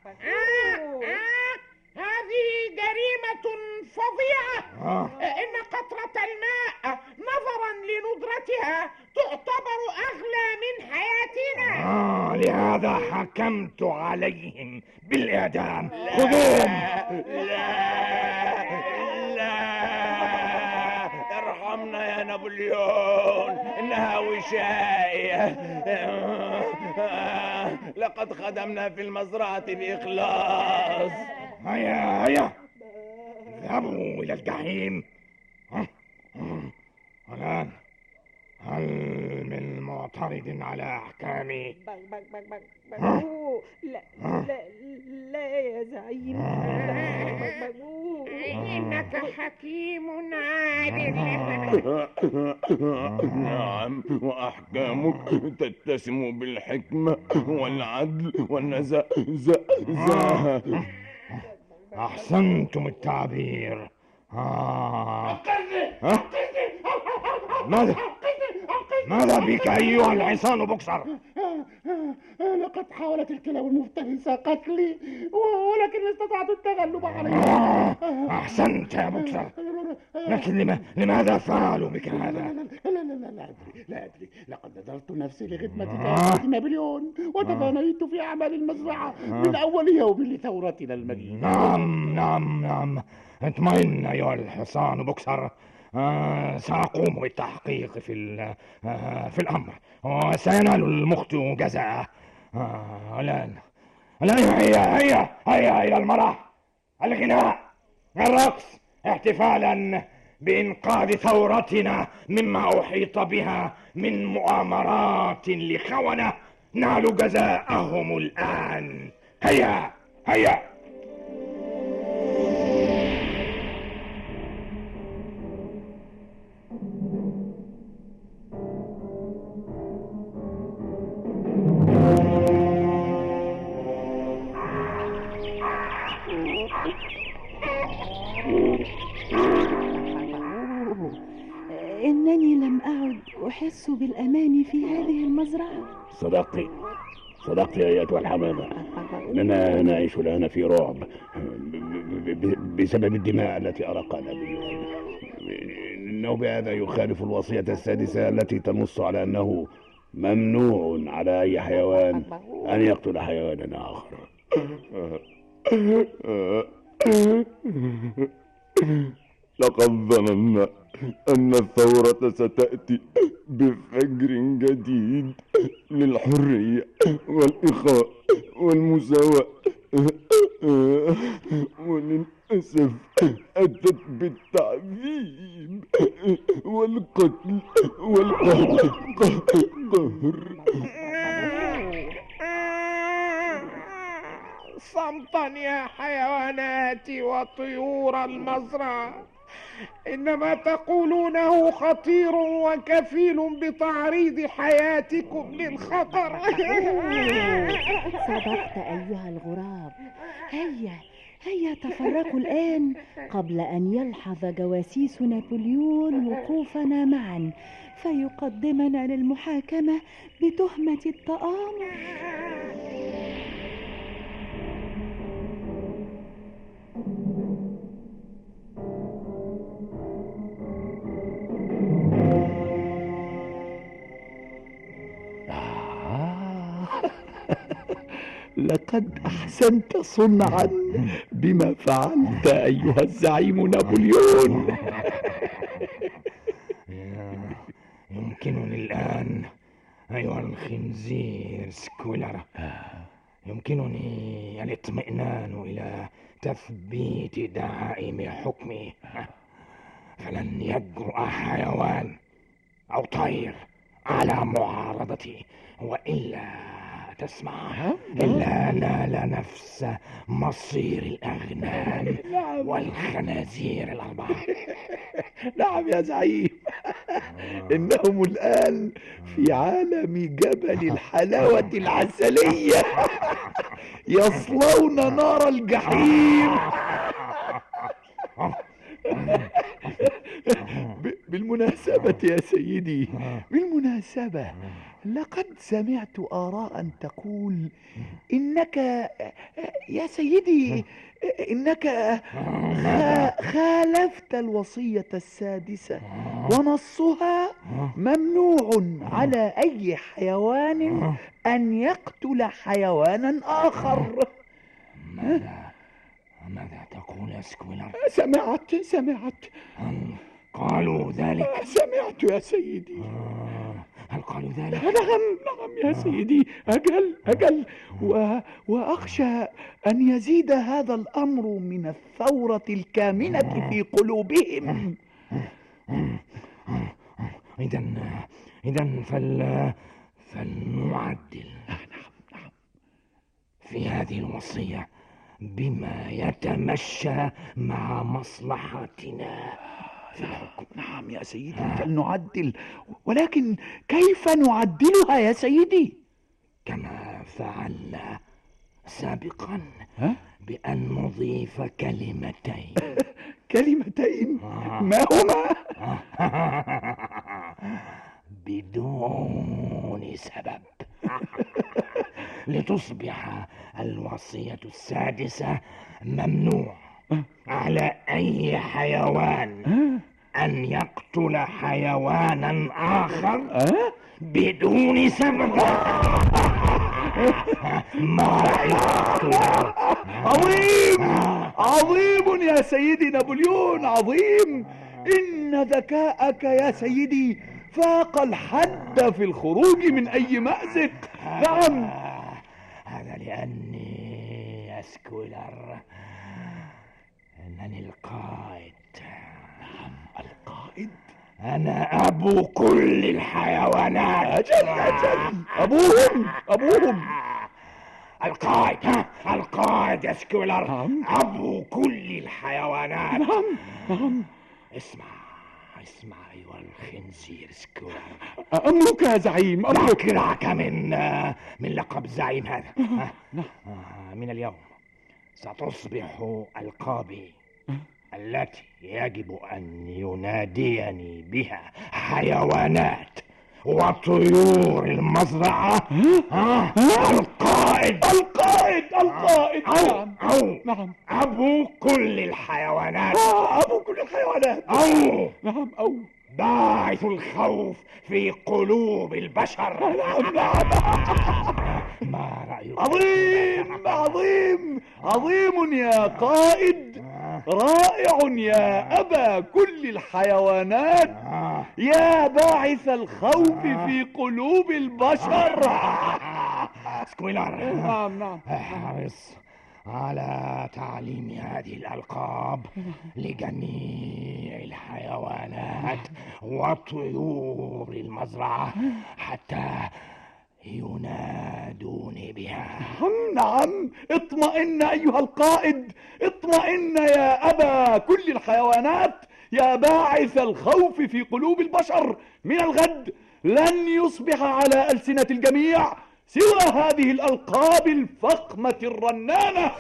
هذه جريمة فظيعة. آه. إن قطرة الماء نظرا لندرتها تعتبر أغلى من حياتنا. آه لهذا حكمت عليهم بالإعدام. خذوهم. لا لا ارحمنا يا نابليون، إنها وشاية. لقد خدمنا في المزرعة بإخلاص. هيا هيا اذهبوا إلى الجحيم. الآن هل من معترض على أحكامي؟ لا لا لا يا زعيم. إنك حكيم عادل. نعم، وأحكامك تتسم بالحكمة والعدل والنزاهة. أحسنتم التعبير. آه. ماذا ماذا بك أيها الحصان بوكسر؟ لقد حاولت الكلاب المفترسة قتلي ولكن استطعت التغلب عليها. آه. أحسنت يا بوكسر، لكن لما لماذا فعلوا بك هذا؟ لا لا لا لا لا أدري لا أدري لقد نذرت نفسي لخدمتك يا سيدي نابليون، وتفانيت في أعمال المزرعة من أول يوم لثورتنا المجيدة. نعم نعم نعم، اطمئن أيها الحصان بوكسر. آه سأقوم بالتحقيق في آه في الأمر، وسينال المخطئ جزاءه. آه الآن الآن هيا هيا هيا إلى المرح، الغناء، الرقص، احتفالا بإنقاذ ثورتنا مما أحيط بها من مؤامرات لخونة نالوا جزاءهم الآن. هيا هيا. إنني لم أعد أحس بالأمان في هذه المزرعة. صدقتي صدقتي أيتها الحمامة، إننا نعيش الآن في رعب بسبب الدماء التي أرقنا بيون. إنه بهذا يخالف الوصية السادسة التي تنص على أنه ممنوع على أي حيوان أن يقتل حيوانا آخر. لقد ظننا أن الثورة ستأتي بفجر جديد للحرية والإخاء والمساواة، وللأسف أتت بالتعذيب والقتل والقهر. صمتا يا حيواناتي وطيور المزرعة، إنما تقولونه خطير وكفيل بتعريض حياتكم للخطر. صدقت أيها الغراب. هيا هيا تفرقوا الآن قبل أن يلحظ جواسيس نابليون وقوفنا معا فيقدمنا للمحاكمة بتهمة التآمر. لقد أحسنت صنعا بما فعلت أيها الزعيم نابليون. يمكنني الآن أيها الخنزير سكويلر، يمكنني الاطمئنان إلى تثبيت دعائم حكمي، فلن يجرؤ حيوان أو طير على معارضتي، وإلا تسمع إلا نال نفس مصير الأغنام والخنازير الأربعة. نعم يا زعيم، إنهم الآن في عالم جبل الحلاوة العسلية يصلون نار الجحيم. بالمناسبة يا سيدي، بالمناسبة لقد سمعت آراء تقول إنك يا سيدي إنك خالفت الوصية السادسة، ونصها ممنوع على أي حيوان أن يقتل حيوانا آخر. ماذا ماذا تقول يا سكويلر؟ سمعت سمعت قالوا ذلك؟ سمعت يا سيدي. هل قالوا ذلك؟ نعم نعم يا سيدي، أجل أجل و... وأخشى أن يزيد هذا الأمر من الثورة الكامنة في قلوبهم. إذن إذن فل فلنعدل في هذه الوصية بما يتمشى مع مصلحتنا في الحكم. نعم يا سيدي، فلنعدل، ولكن كيف نعدلها يا سيدي؟ كما فعلنا سابقا، بأن نضيف كلمتين. كلمتين؟ ما هما؟ بدون سبب، لتصبح الوصية السادسة ممنوع على أي حيوان أن يقتل حيوانا آخر بدون سبب. ما رأيك؟ عظيم عظيم يا سيدي نابليون، عظيم. إن ذكاءك يا سيدي فاق الحد في الخروج من أي مأزق. نعم، هذا لأني يا سكويلر أنني القائد. نعم القائد. أنا أبو كل الحيوانات. أجل أجل، أبوهم أبوهم القائد. ها القائد يا سكويلر. نعم. أبو كل الحيوانات. نعم نعم. اسمع اسمع أيها الخنزير سكويلر، أمرك يا زعيم، أمرك. ذكرك من من لقب الزعيم هذا. من اليوم ستصبح ألقابي التي يجب أن يناديني بها حيوانات وطيور المزرعة. ها؟ القائد القائد القائد أو أو نعم أبو كل الحيوانات. آه أبو كل الحيوانات. أو نعم أو باعث الخوف في قلوب البشر. نعم نعم. ما رأيك؟ عظيم عظيم عظيم يا قائد، رائع يا أبا كل الحيوانات، يا باعث الخوف في قلوب البشر. سكويلر، نعم نعم احرص على تعليم هذه الألقاب لجميع الحيوانات وطيور المزرعة حتى ينادوني بها. نعم نعم، اطمئن أيها القائد، اطمئن يا أبا كل الحيوانات، يا باعث الخوف في قلوب البشر. من الغد لن يصبح على ألسنة الجميع سوى هذه الألقاب الفخمة الرنانة.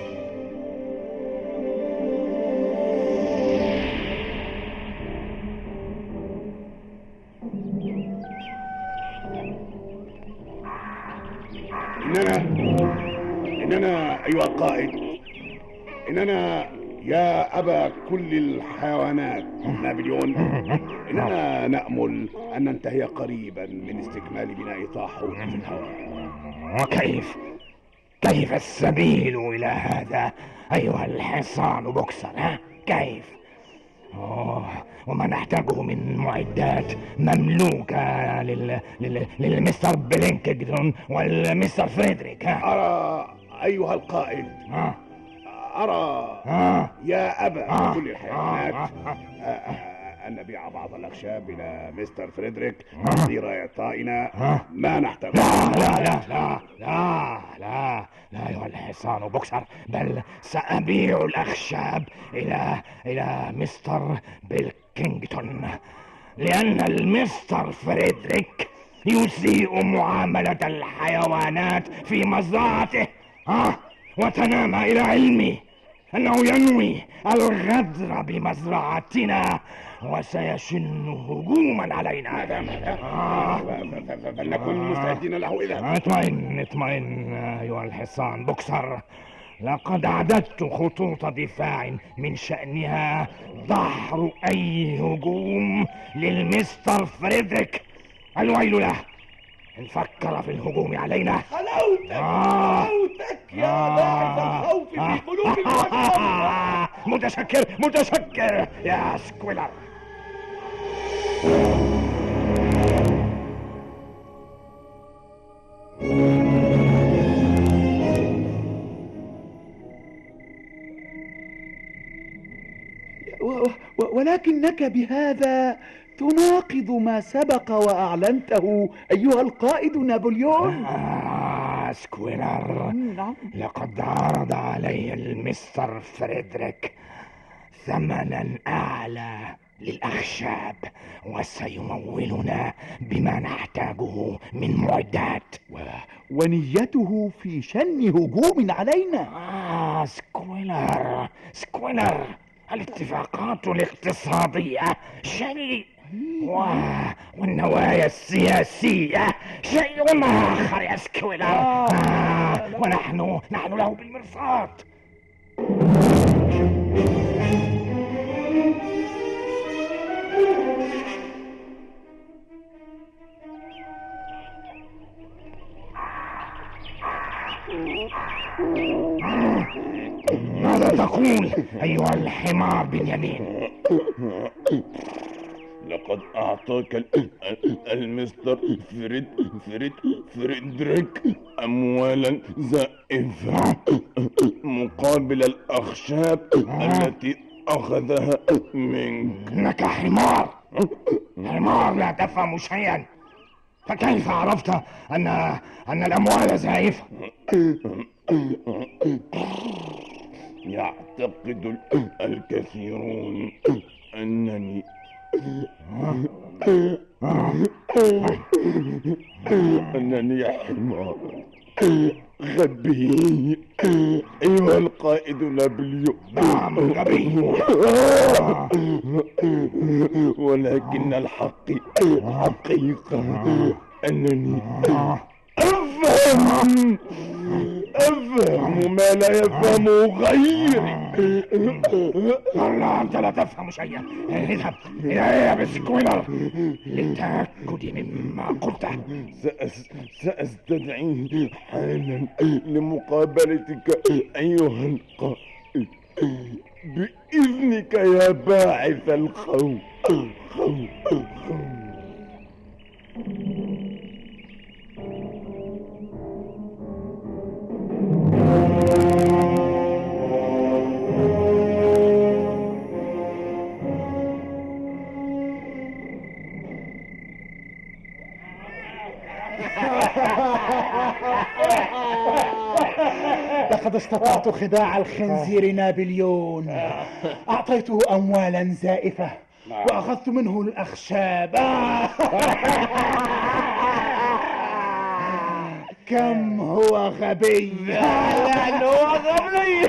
إننا إننا أيها القائد، إننا يا أبا كل الحيوانات نابليون، إننا نأمل أن ننتهي قريبا من استكمال بناء طاحون في الهواء. وكيف كيف السبيل إلى هذا أيها الحصان بوكسر؟ ها؟ كيف؟ أوه، وما نحتاجه من معدات مملوكة لل... لل... للمستر بلينكجتون والمستر فريدريك. ها؟ أرى أيها القائد، ها؟ أرى ها؟ يا أبا ها؟ كل الحيوانات ها؟ ها؟ أن نبيع بعض الأخشاب إلى مستر فريدريك تقدير إعطائنا ما نحتاجه. لا لا لا لا لا لا لا أيها الحصان بوكسر، بل سأبيع الأخشاب إلى إلى مستر بيلكينغتون، لأن المستر فريدريك يسيء معاملة الحيوانات في مزرعته. ها؟ وتنام إلى علمي أنه ينوي الغدر بمزرعتنا وسيشن هجوما علينا. آه. فلنكن مستعدين له إذا. اطمئن اطمئن أيها الحصان بوكسر، لقد أعددت خطوط دفاع من شأنها دحر أي هجوم للمستر فريدريك. الويل له إن فكر في الهجوم علينا. حلاوتك آه. حلاوتك يا باعث الخوف في قلوب البشر. متشكر متشكر يا سكويلر. ولكنك بهذا تناقض ما سبق وأعلنته أيها القائد نابليون. آه سكويلر، نعم. لقد عرض علي المستر فريدريك ثمنا أعلى للأخشاب وسيمولنا بما نحتاجه من معدات. و... ونيته في شن هجوم علينا. آه سكويلر سكويلر، الاتفاقات الاقتصادية شيء و... والنوايا السياسية شيء آخر يا سكويلر. آه. آه. ونحن نحن له بالمرصاد. ماذا تقول أيها الحمار بنيامين؟ لقد أعطاك المستر فريد فريد فريدريك أموالا زائفة مقابل الأخشاب التي أخذها منك. إنك حمار حمار لا تفهم شيئا. فكيف عرفت أن أن الأموال زائفة؟ يعتقد الكثيرون أنني أنني حمار غبي أيها القائد نابليون. نعم غبي. ولكن الحق حقيقة أنني أفهم أفهم ما لا يفهمه غيري. والله أنت لا تفهم شيئا. اذهب إلى بسكويلر للتأكد مما قلته. سأس... سأستدعيه حالا لمقابلتك أيها القائد بإذنك يا باعث الخوف. خوف خوف. لقد استطعت خداع الخنزير نابليون. أعطيته أموالا زائفة وأخذت منه الأخشاب. كم هو غبي. لأنه هو غبي.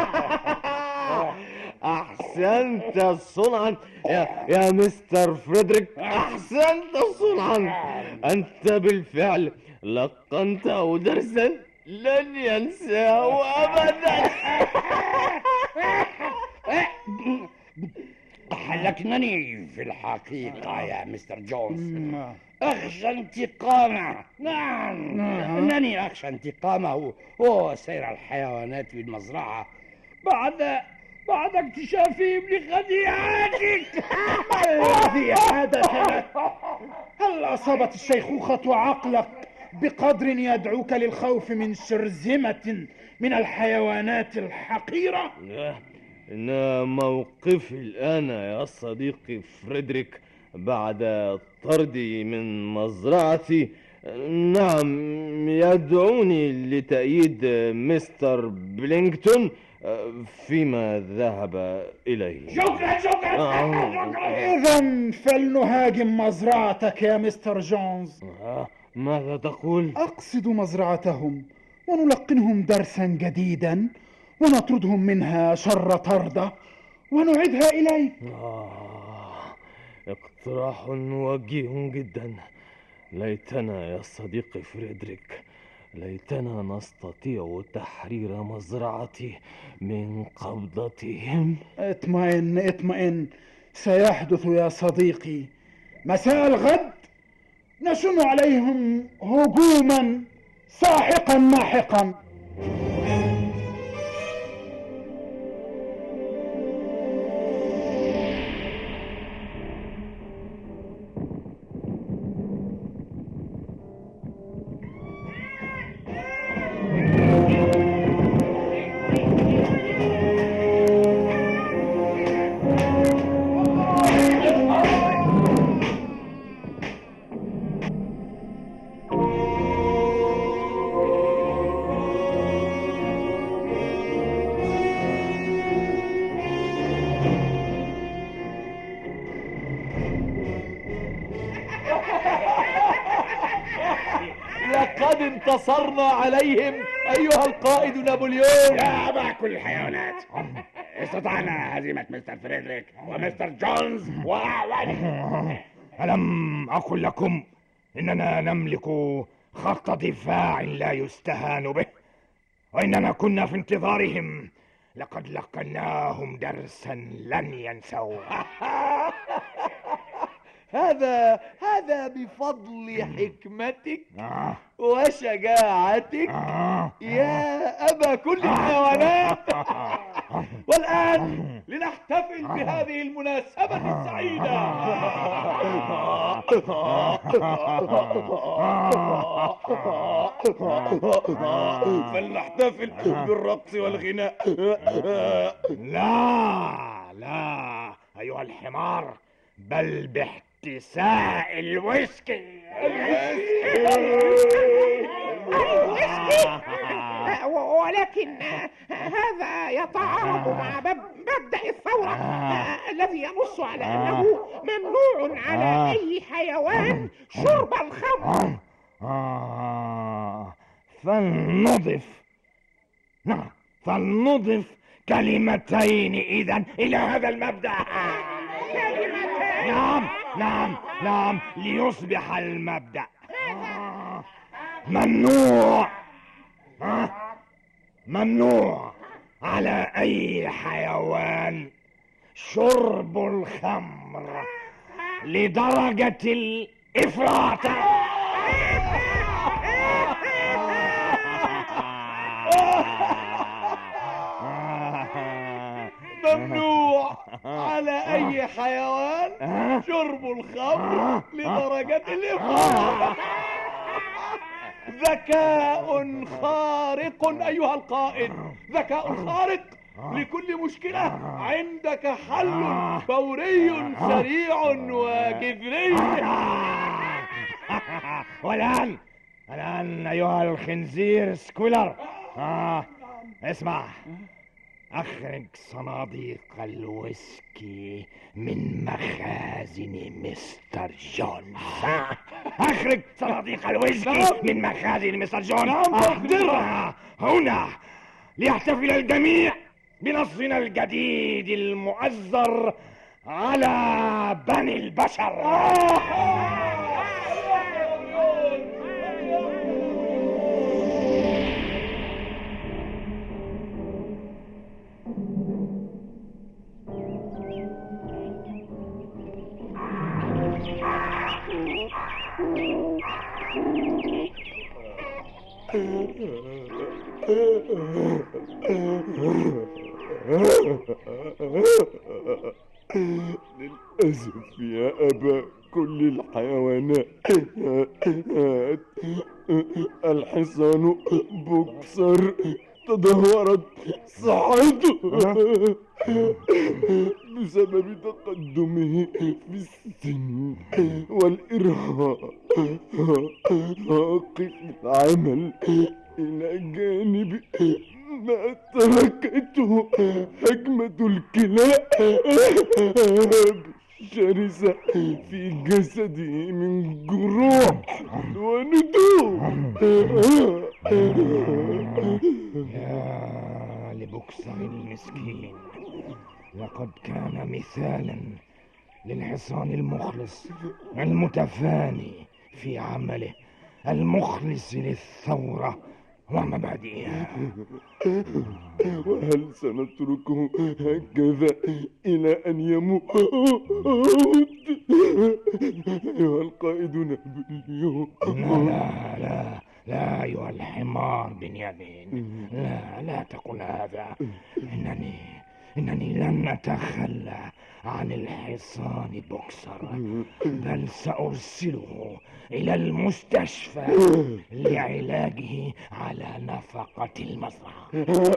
أحسنت صنعا يا, يا مستر فريدريك، أحسنت صنعا. أنت بالفعل لقنته درسا لن ينساه أبدا. حلكنني في الحقيقة يا مستر جونز. أخشى انتقامه. نعم أنني أخشى انتقامه هو سير الحيوانات في المزرعة بعد بعد اكتشافهم لخديعتك. الذي حدث لك؟ هل أصابت الشيخوخة عقلك بقدر يدعوك للخوف من شرذمة من الحيوانات الحقيرة؟ إن موقفي الآن يا صديقي فريدريك بعد طردي من مزرعتي نعم يدعوني لتأييد مستر بلينغتون فيما ذهب إليه. شكرا شكرا. إذن فلنهاجم مزرعتك يا مستر جونز. ماذا تقول؟ أقصد مزرعتهم ونلقنهم درسا جديدا ونطردهم منها شر طردة ونعيدها إليك. آه، اقتراح وجيه جدا. ليتنا يا صديقي فريدريك، ليتنا نستطيع تحرير مزرعتي من قبضتهم. اطمئن اطمئن، سيحدث يا صديقي. مساء الغد نشن عليهم هجوما ساحقا ماحقا. لقد انتصرنا عليهم أيها القائد نابليون. يا أبا كل الحيوانات، استطعنا هزيمة مستر فريدريك ومستر جونز وأعوانهم. ألم أقل لكم إننا نملك خط دفاع لا يستهان به، وإننا كنا في انتظارهم. لقد لقناهم درسا لن ينسوه. هذا هذا بفضل حكمتك وشجاعتك يا أبا كل الحيوانات. والآن لنحتفل بهذه المناسبة السعيدة. فلنحتفل بالرقص والغناء. لا لا أيها الحمار، بل باحتساء الويسكي. ولكن هذا يتعارض مع مبدأ الثورة الذي ينص على أنه ممنوع على أي حيوان شرب الخمر. فلنضف نعم فلنضف كلمتين إذن إلى هذا المبدأ. نعم نعم نعم ليصبح المبدأ ممنوع ممنوع على أي حيوان شرب الخمر لدرجة الإفراط. ممنوع على أي حيوان شرب الخمر لدرجة الإفراط. ذكاء خارق أيها القائد، ذكاء خارق. لكل مشكلة عندك حل فوري سريع وجذري. والآن الآن أيها الخنزير سكولر، آه اسمع، أخرج صناديق الويسكي من مخازن مستر جونز. أخرج صناديق الويسكي من مخازن مستر جونز. أحضرها هنا ليحتفل الجميع بنصنا الجديد المؤزر على بني البشر. للأسف يا أبا كل الحيوانات الحصان بوكسر تدهورت صحته بسبب تقدمه في السن والإرهاق في العمل إلى جانب ما تركته هجمة الكلاب شرسة في جسده من جروح وندوب. يا لبوكسر المسكين، لقد كان مثالا للحصان المخلص المتفاني في عمله، المخلص للثورة ومبادئها. وهل سنتركه هكذا إلى أن يموت أيها القائد نابليون؟ لا لا لا أيها الحمار بنيامين، لا لا تقل هذا. إنني إنني لن أتخلى عن الحصان بوكسر، بل سأرسله إلى المستشفى لعلاجه على نفقة المزرعة.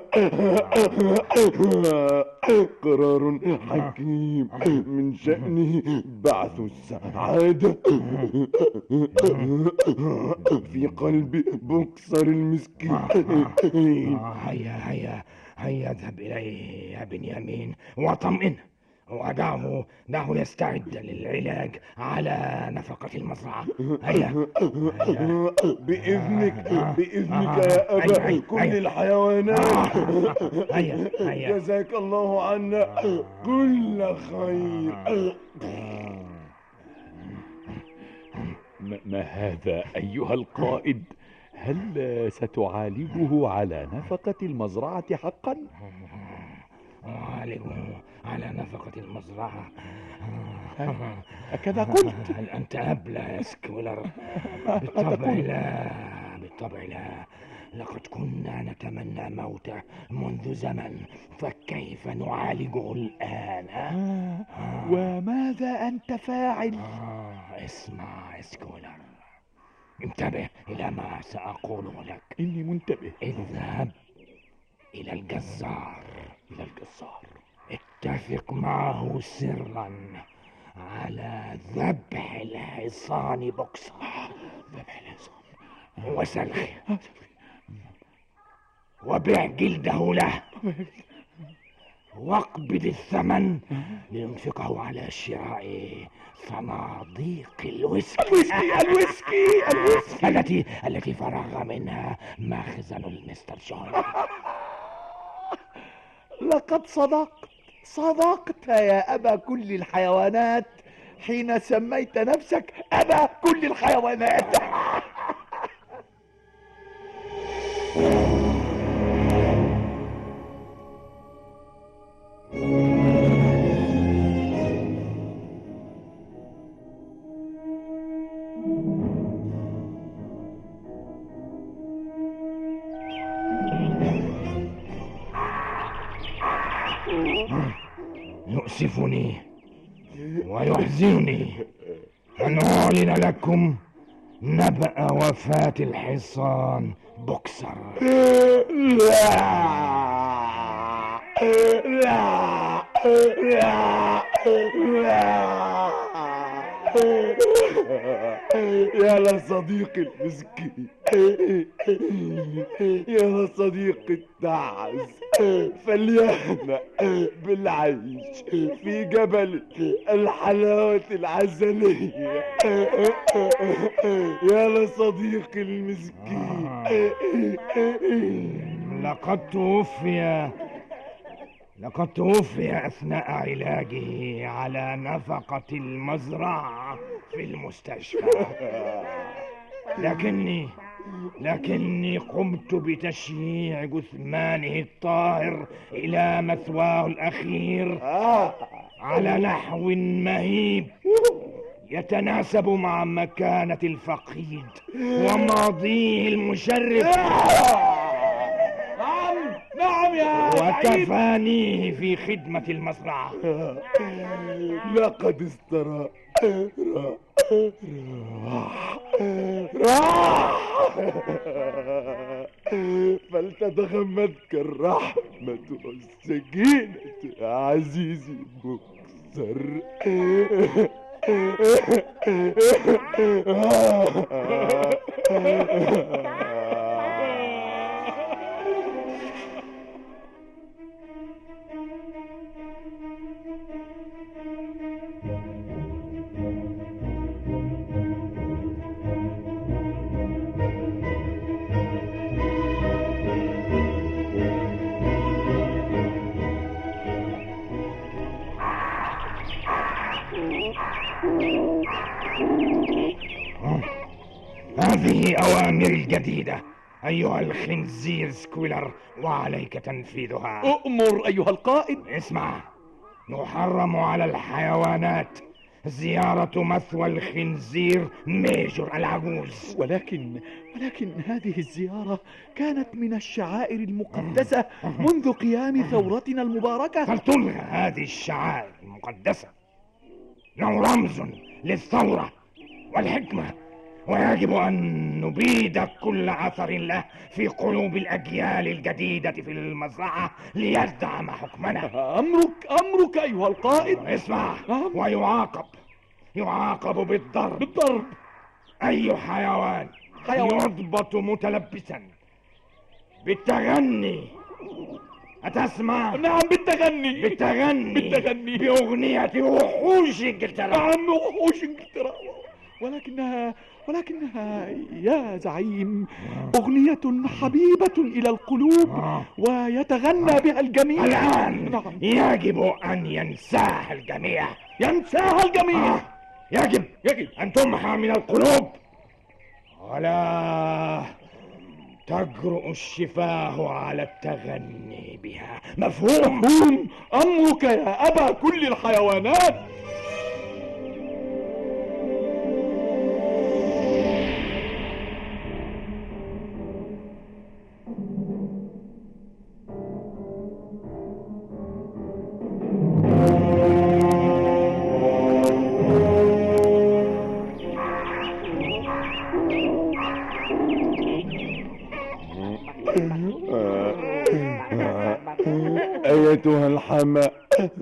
قرار حكيم من شأنه بعث السعادة في قلب بوكسر المسكين. هيا هيا هيا اذهب إليه يا بنيامين وطمئنه، ودعه دعه يستعد للعلاج على نفقة المزرعة. هيا هيا بإذنك بإذنك يا أبا كل الحيوانات. هيا هيا جزاك الله عنا كل خير. ما هذا أيها القائد؟ هل ستعالجه على نفقة المزرعة حقا؟ أعالجه على نفقة المزرعة؟ هكذا قلت. هل أنت أبلى يا سكولر؟ بالطبع لا، بالطبع لا. لقد كنا نتمنى موته منذ زمن، فكيف نعالجه الآن؟ وماذا أنت فاعل؟ آه اسمع يا سكولر، انتبه إلى ما سأقوله لك. إني منتبه. اذهب إلى الجزار. إلى الجزار. اتفق معه سرا على ذبح الحصان بوكسر. ذبح الحصان وسلخه وبيع جلده له. واقبض الثمن لينفقه على شراء صناديق الويسكي. الويسكي الويسكي الويسكي التي التي فرغ منها مخزن المستر جون. لقد صدقت صدقت يا أبا كل الحيوانات حين سميت نفسك أبا كل الحيوانات. يؤسفني ويحزنني أن أعلن لكم نبأ وفاة الحصان بوكسر. لا لا لا لا يا لصديقي المسكين، يا لصديقي التعس، فليهنأ بالعيش في جبل الحلاوة العسلية. يا لصديقي المسكين. لقد توفي لقد توفي أثناء علاجه على نفقة المزرعة في المستشفى. لكني لكني قمت بتشييع جثمانه الطاهر إلى مثواه الأخير على نحو مهيب يتناسب مع مكانة الفقيد وماضيه المشرف نعم يا وتفانيه في خدمة المزرعة. لقد استراح راح راح فلتتغمدك الرحمة والسكينة يا عزيزي بوكسر. هذه أوامري الجديدة أيها الخنزير سكويلر، وعليك تنفيذها. أؤمر أيها القائد. اسمع، يحرم على الحيوانات زيارة مثوى الخنزير ميجور العجوز. ولكن ولكن هذه الزيارة كانت من الشعائر المقدسة منذ قيام ثورتنا المباركة. فلتلغى هذه الشعائر المقدسة، إنه رمز للثورة والحكمة، ويجب أن نبيد كل أثر له في قلوب الأجيال الجديدة في المزرعة ليدعم حكمنا. أمرك أمرك أيها القائد. اسمع، ويعاقب يعاقب بالضرب بالضرب أي حيوان, حيوان يضبط متلبسا بالتغني. أتسمع؟ نعم، بالتغني بالتغني بالتغني بأغنية وحوش إنجلترا. نعم، وحوش إنجلترا. ولكنها ولكنها يا زعيم أغنية حبيبة إلى القلوب ويتغنى بها الجميع. الآن نعم. يجب أن ينساها الجميع. ينساها الجميع. يجب يجب أن تمحى من القلوب، ولا تجرؤ الشفاه على التغني بها. مفهوم؟ مفهوم. أمرك يا أبا كل الحيوانات. أيتها الحمام،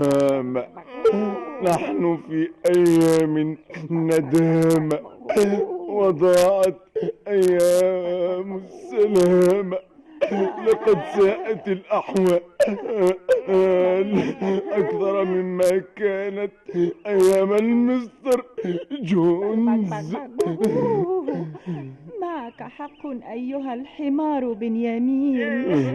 نحن في أيام ندامة، وضاعت أيام السلامة. لقد ساءت الأحوال أكثر مما كانت أيام المستر جونز. معك حق أيها الحمار بنيامين.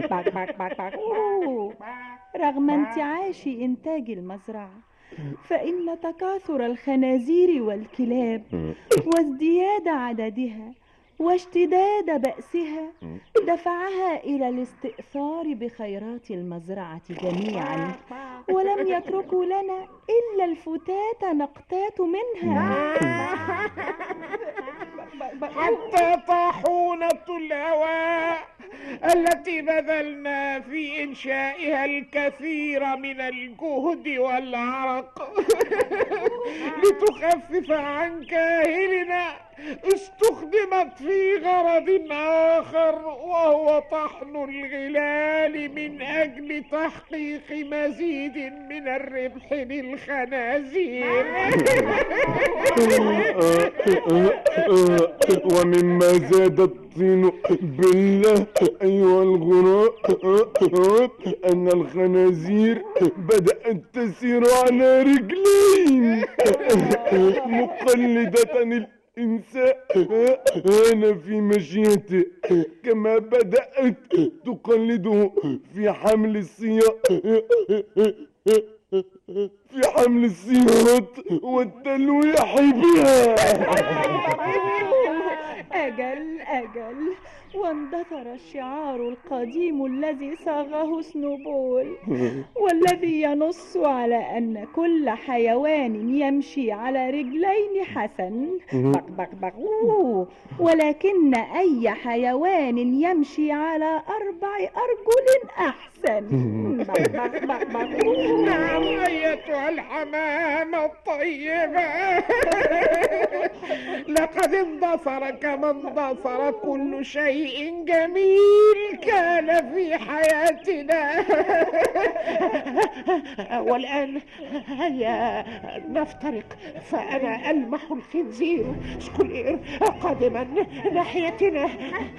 رغم انتعاش إنتاج المزرعة، فإن تكاثر الخنازير والكلاب وازدياد عددها واشتداد بأسها دفعها إلى الاستئثار بخيرات المزرعة جميعا، ولم يتركوا لنا إلا الفتاة نقتات منها. حتى طاحونة الهواء التي بذلنا في إنشائها الكثير من الجهد والعرق لتخفف عن كاهلنا استخدمت في غرض آخر، وهو طحن الغلال من أجل تحقيق مزيد من الربح للخنازير. ومما زاد الطين بالله أيها الغراب أن الخنازير بدأت تسير على رجلين مقلدة الإنسان في مشيته، كما بدأت تقلده في حمل السيارة في حمل السيارات والتلويح بها. أجل أجل، واندثر الشعار القديم الذي صاغه سنوبول، والذي ينص على أن كل حيوان يمشي على رجلين حسن، بق بق بق، ولكن أي حيوان يمشي على أربع أرجل أحسن، بق بق بق بق. نعم أيتها الحمامة الطيبة، لقد اندثر كما اندثر كل شيء جميل كان في حياتنا. والآن هيا نفترق، فأنا ألمح الخنزير سكولير قادما ناحيتنا.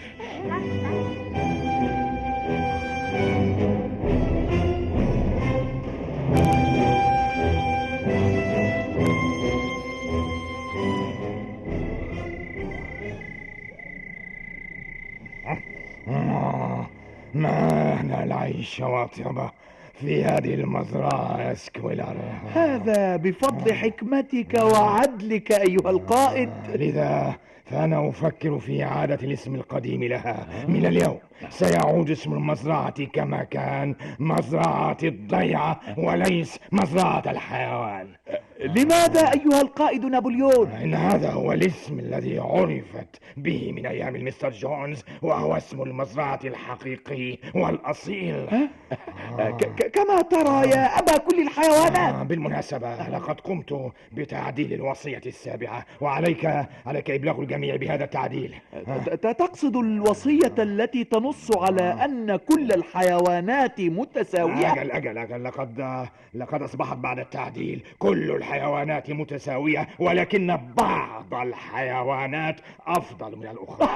ما أنا العيش واطربة في هذه المزرعة يا سكويلر. هذا بفضل حكمتك وعدلك أيها القائد. لذا فأنا أفكر في إعادة الاسم القديم لها. من اليوم سيعود اسم المزرعة كما كان، مزرعة الضيعة وليس مزرعة الحيوان. لماذا أيها القائد نابليون؟ إن هذا هو الاسم الذي عرفت به من أيام المستر جونز، وهو اسم المزرعة الحقيقي والأصيل. كما ترى يا أبا كل الحيوانات. آه بالمناسبة لقد قمت بتعديل الوصية السابعة، وعليك عليك إبلاغ الجميع بهذا التعديل. تقصد الوصية التي تنص على أن كل الحيوانات متساوية؟ أجل أجل أجل لقد لقد أصبحت بعد التعديل كل الحيوانات متساوية، ولكن بعض الحيوانات أفضل من الأخرى.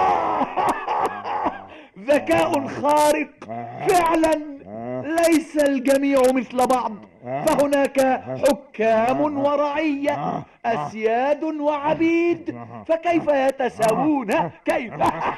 ذكاء خارق فعلا. ليس الجميع مثل بعض، فهناك حكام ورعية، أسياد وعبيد، فكيف يتساوون؟ كيف؟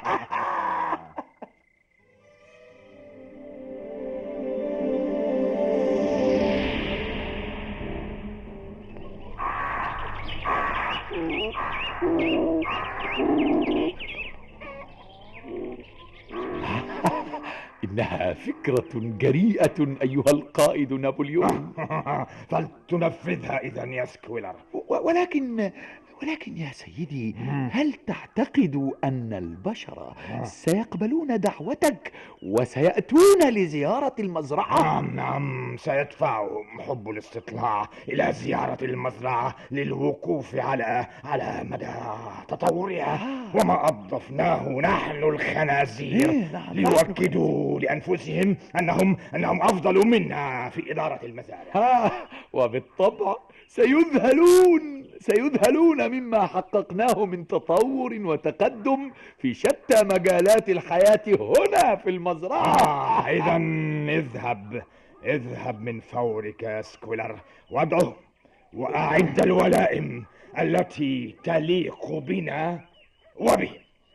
إنها فكرة جريئة أيها القائد نابليون. فلتنفذها إذن يا سكويلر. ولكن ولكن يا سيدي، هل تعتقد أن البشر سيقبلون دعوتك وسيأتون لزيارة المزرعة؟ نعم نعم، سيدفعهم حب الاستطلاع إلى زيارة المزرعة للوقوف على على مدى تطورها وما أضفناه نحن الخنازير ليؤكدوا لأنفسهم أنهم أنهم أفضل منا في إدارة المزارع. وبالطبع سيذهلون. سيذهلون مما حققناه من تطور وتقدم في شتى مجالات الحياة هنا في المزرعة. آه إذا اذهب اذهب من فورك يا سكولر وادعه وأعد الولائم التي تليق بنا وبه.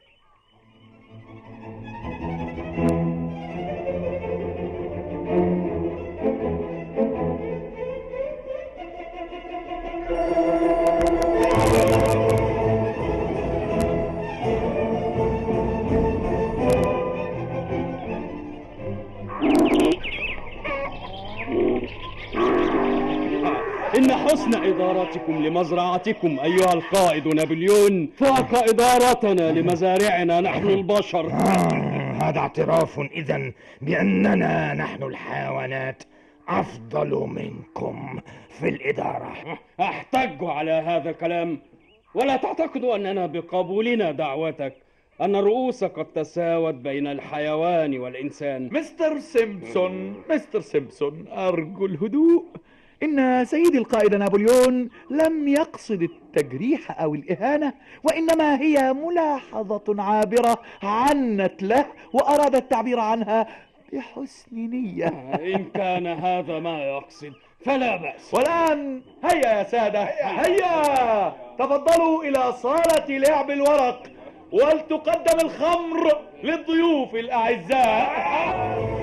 إن حسن إدارتكم لمزرعتكم أيها القائد نابليون فاق إدارتنا لمزارعنا نحن البشر. هذا اعتراف إذن بأننا نحن الحيوانات أفضل منكم في الإدارة. أحتج على هذا الكلام، ولا تعتقدوا أننا بقبولنا دعوتك أن الرؤوس قد تساوت بين الحيوان والإنسان. مستر سيمبسون مستر سيمبسون أرجو الهدوء. إن سيدي القائد نابليون لم يقصد التجريح أو الإهانة، وإنما هي ملاحظة عابرة عنت له وأراد التعبير عنها بحسن نية. إن كان هذا ما يقصد فلا بأس. والآن هيا يا سادة، هيا تفضلوا إلى صالة لعب الورق ولتقدم الخمر للضيوف الأعزاء.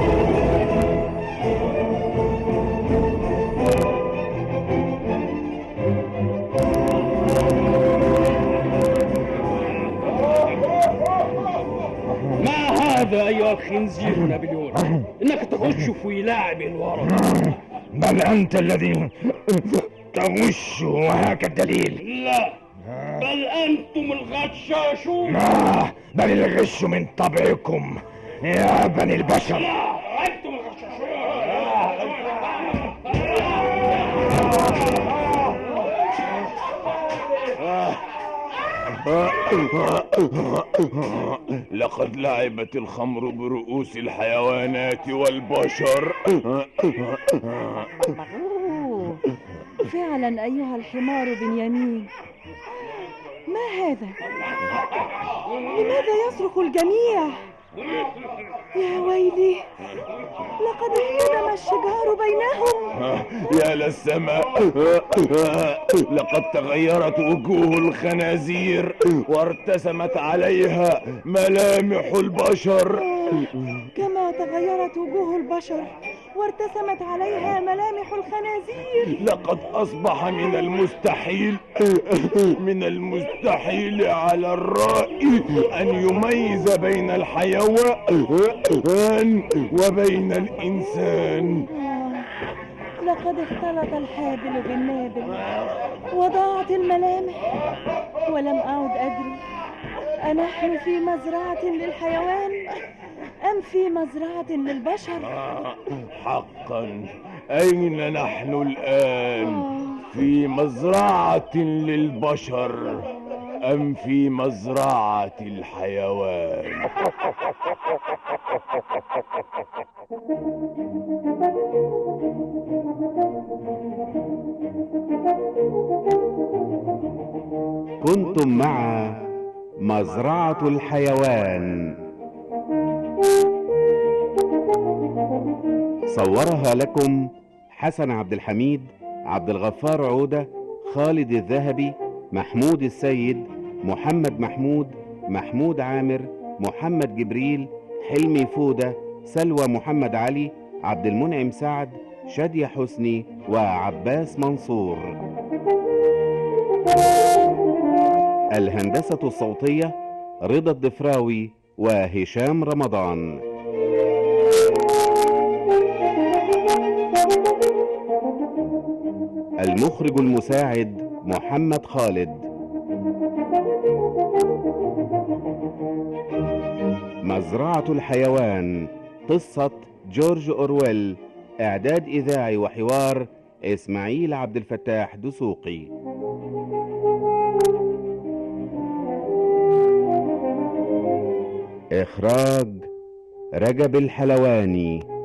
هذا أيها الخنزير نابليون، إنك تغش في لاعب الورق. بل أنت الذي تغش وهاك الدليل. لا، بل أنتم الغشاشون. لا، بل الغش من طبعكم يا بني البشر. لا، أنتم الغشاشون. لقد لعبت الخمر برؤوس الحيوانات والبشر. فعلا أيها الحمار بنيامين، ما هذا؟ لماذا يصرخ الجميع؟ يا ويلي، لقد احتدم الشجار بينهم. يا للسماء، لقد تغيرت وجوه الخنازير وارتسمت عليها ملامح البشر. كما تغيرت وجوه البشر وارتسمت عليها ملامح الخنازير. لقد أصبح من المستحيل من المستحيل على الرائي أن يميز بين الحيوان وبين الإنسان. لقد اختلط الحابل بالنابل وضاعت الملامح، ولم أعد أدري أنحن في مزرعة للحيوان أم في مزرعة للبشر. آه حقا، أين نحن الآن؟ في مزرعة للبشر أم في مزرعة الحيوان؟ كنتم مع مزرعة الحيوان، صورها لكم حسن عبد الحميد، عبد الغفار عودة، خالد الذهبي، محمود السيد، محمد محمود، محمود عامر، محمد جبريل، حلمي فودة، سلوى محمد علي، عبد المنعم سعد، شادية حسني، وعباس منصور. الهندسة الصوتية رضا الضفراوي وهشام رمضان. المخرج المساعد محمد خالد. مزرعة الحيوان، قصة جورج أورويل، إعداد إذاعي وحوار إسماعيل عبد الفتاح دسوقي. إخراج رجب الحلواني.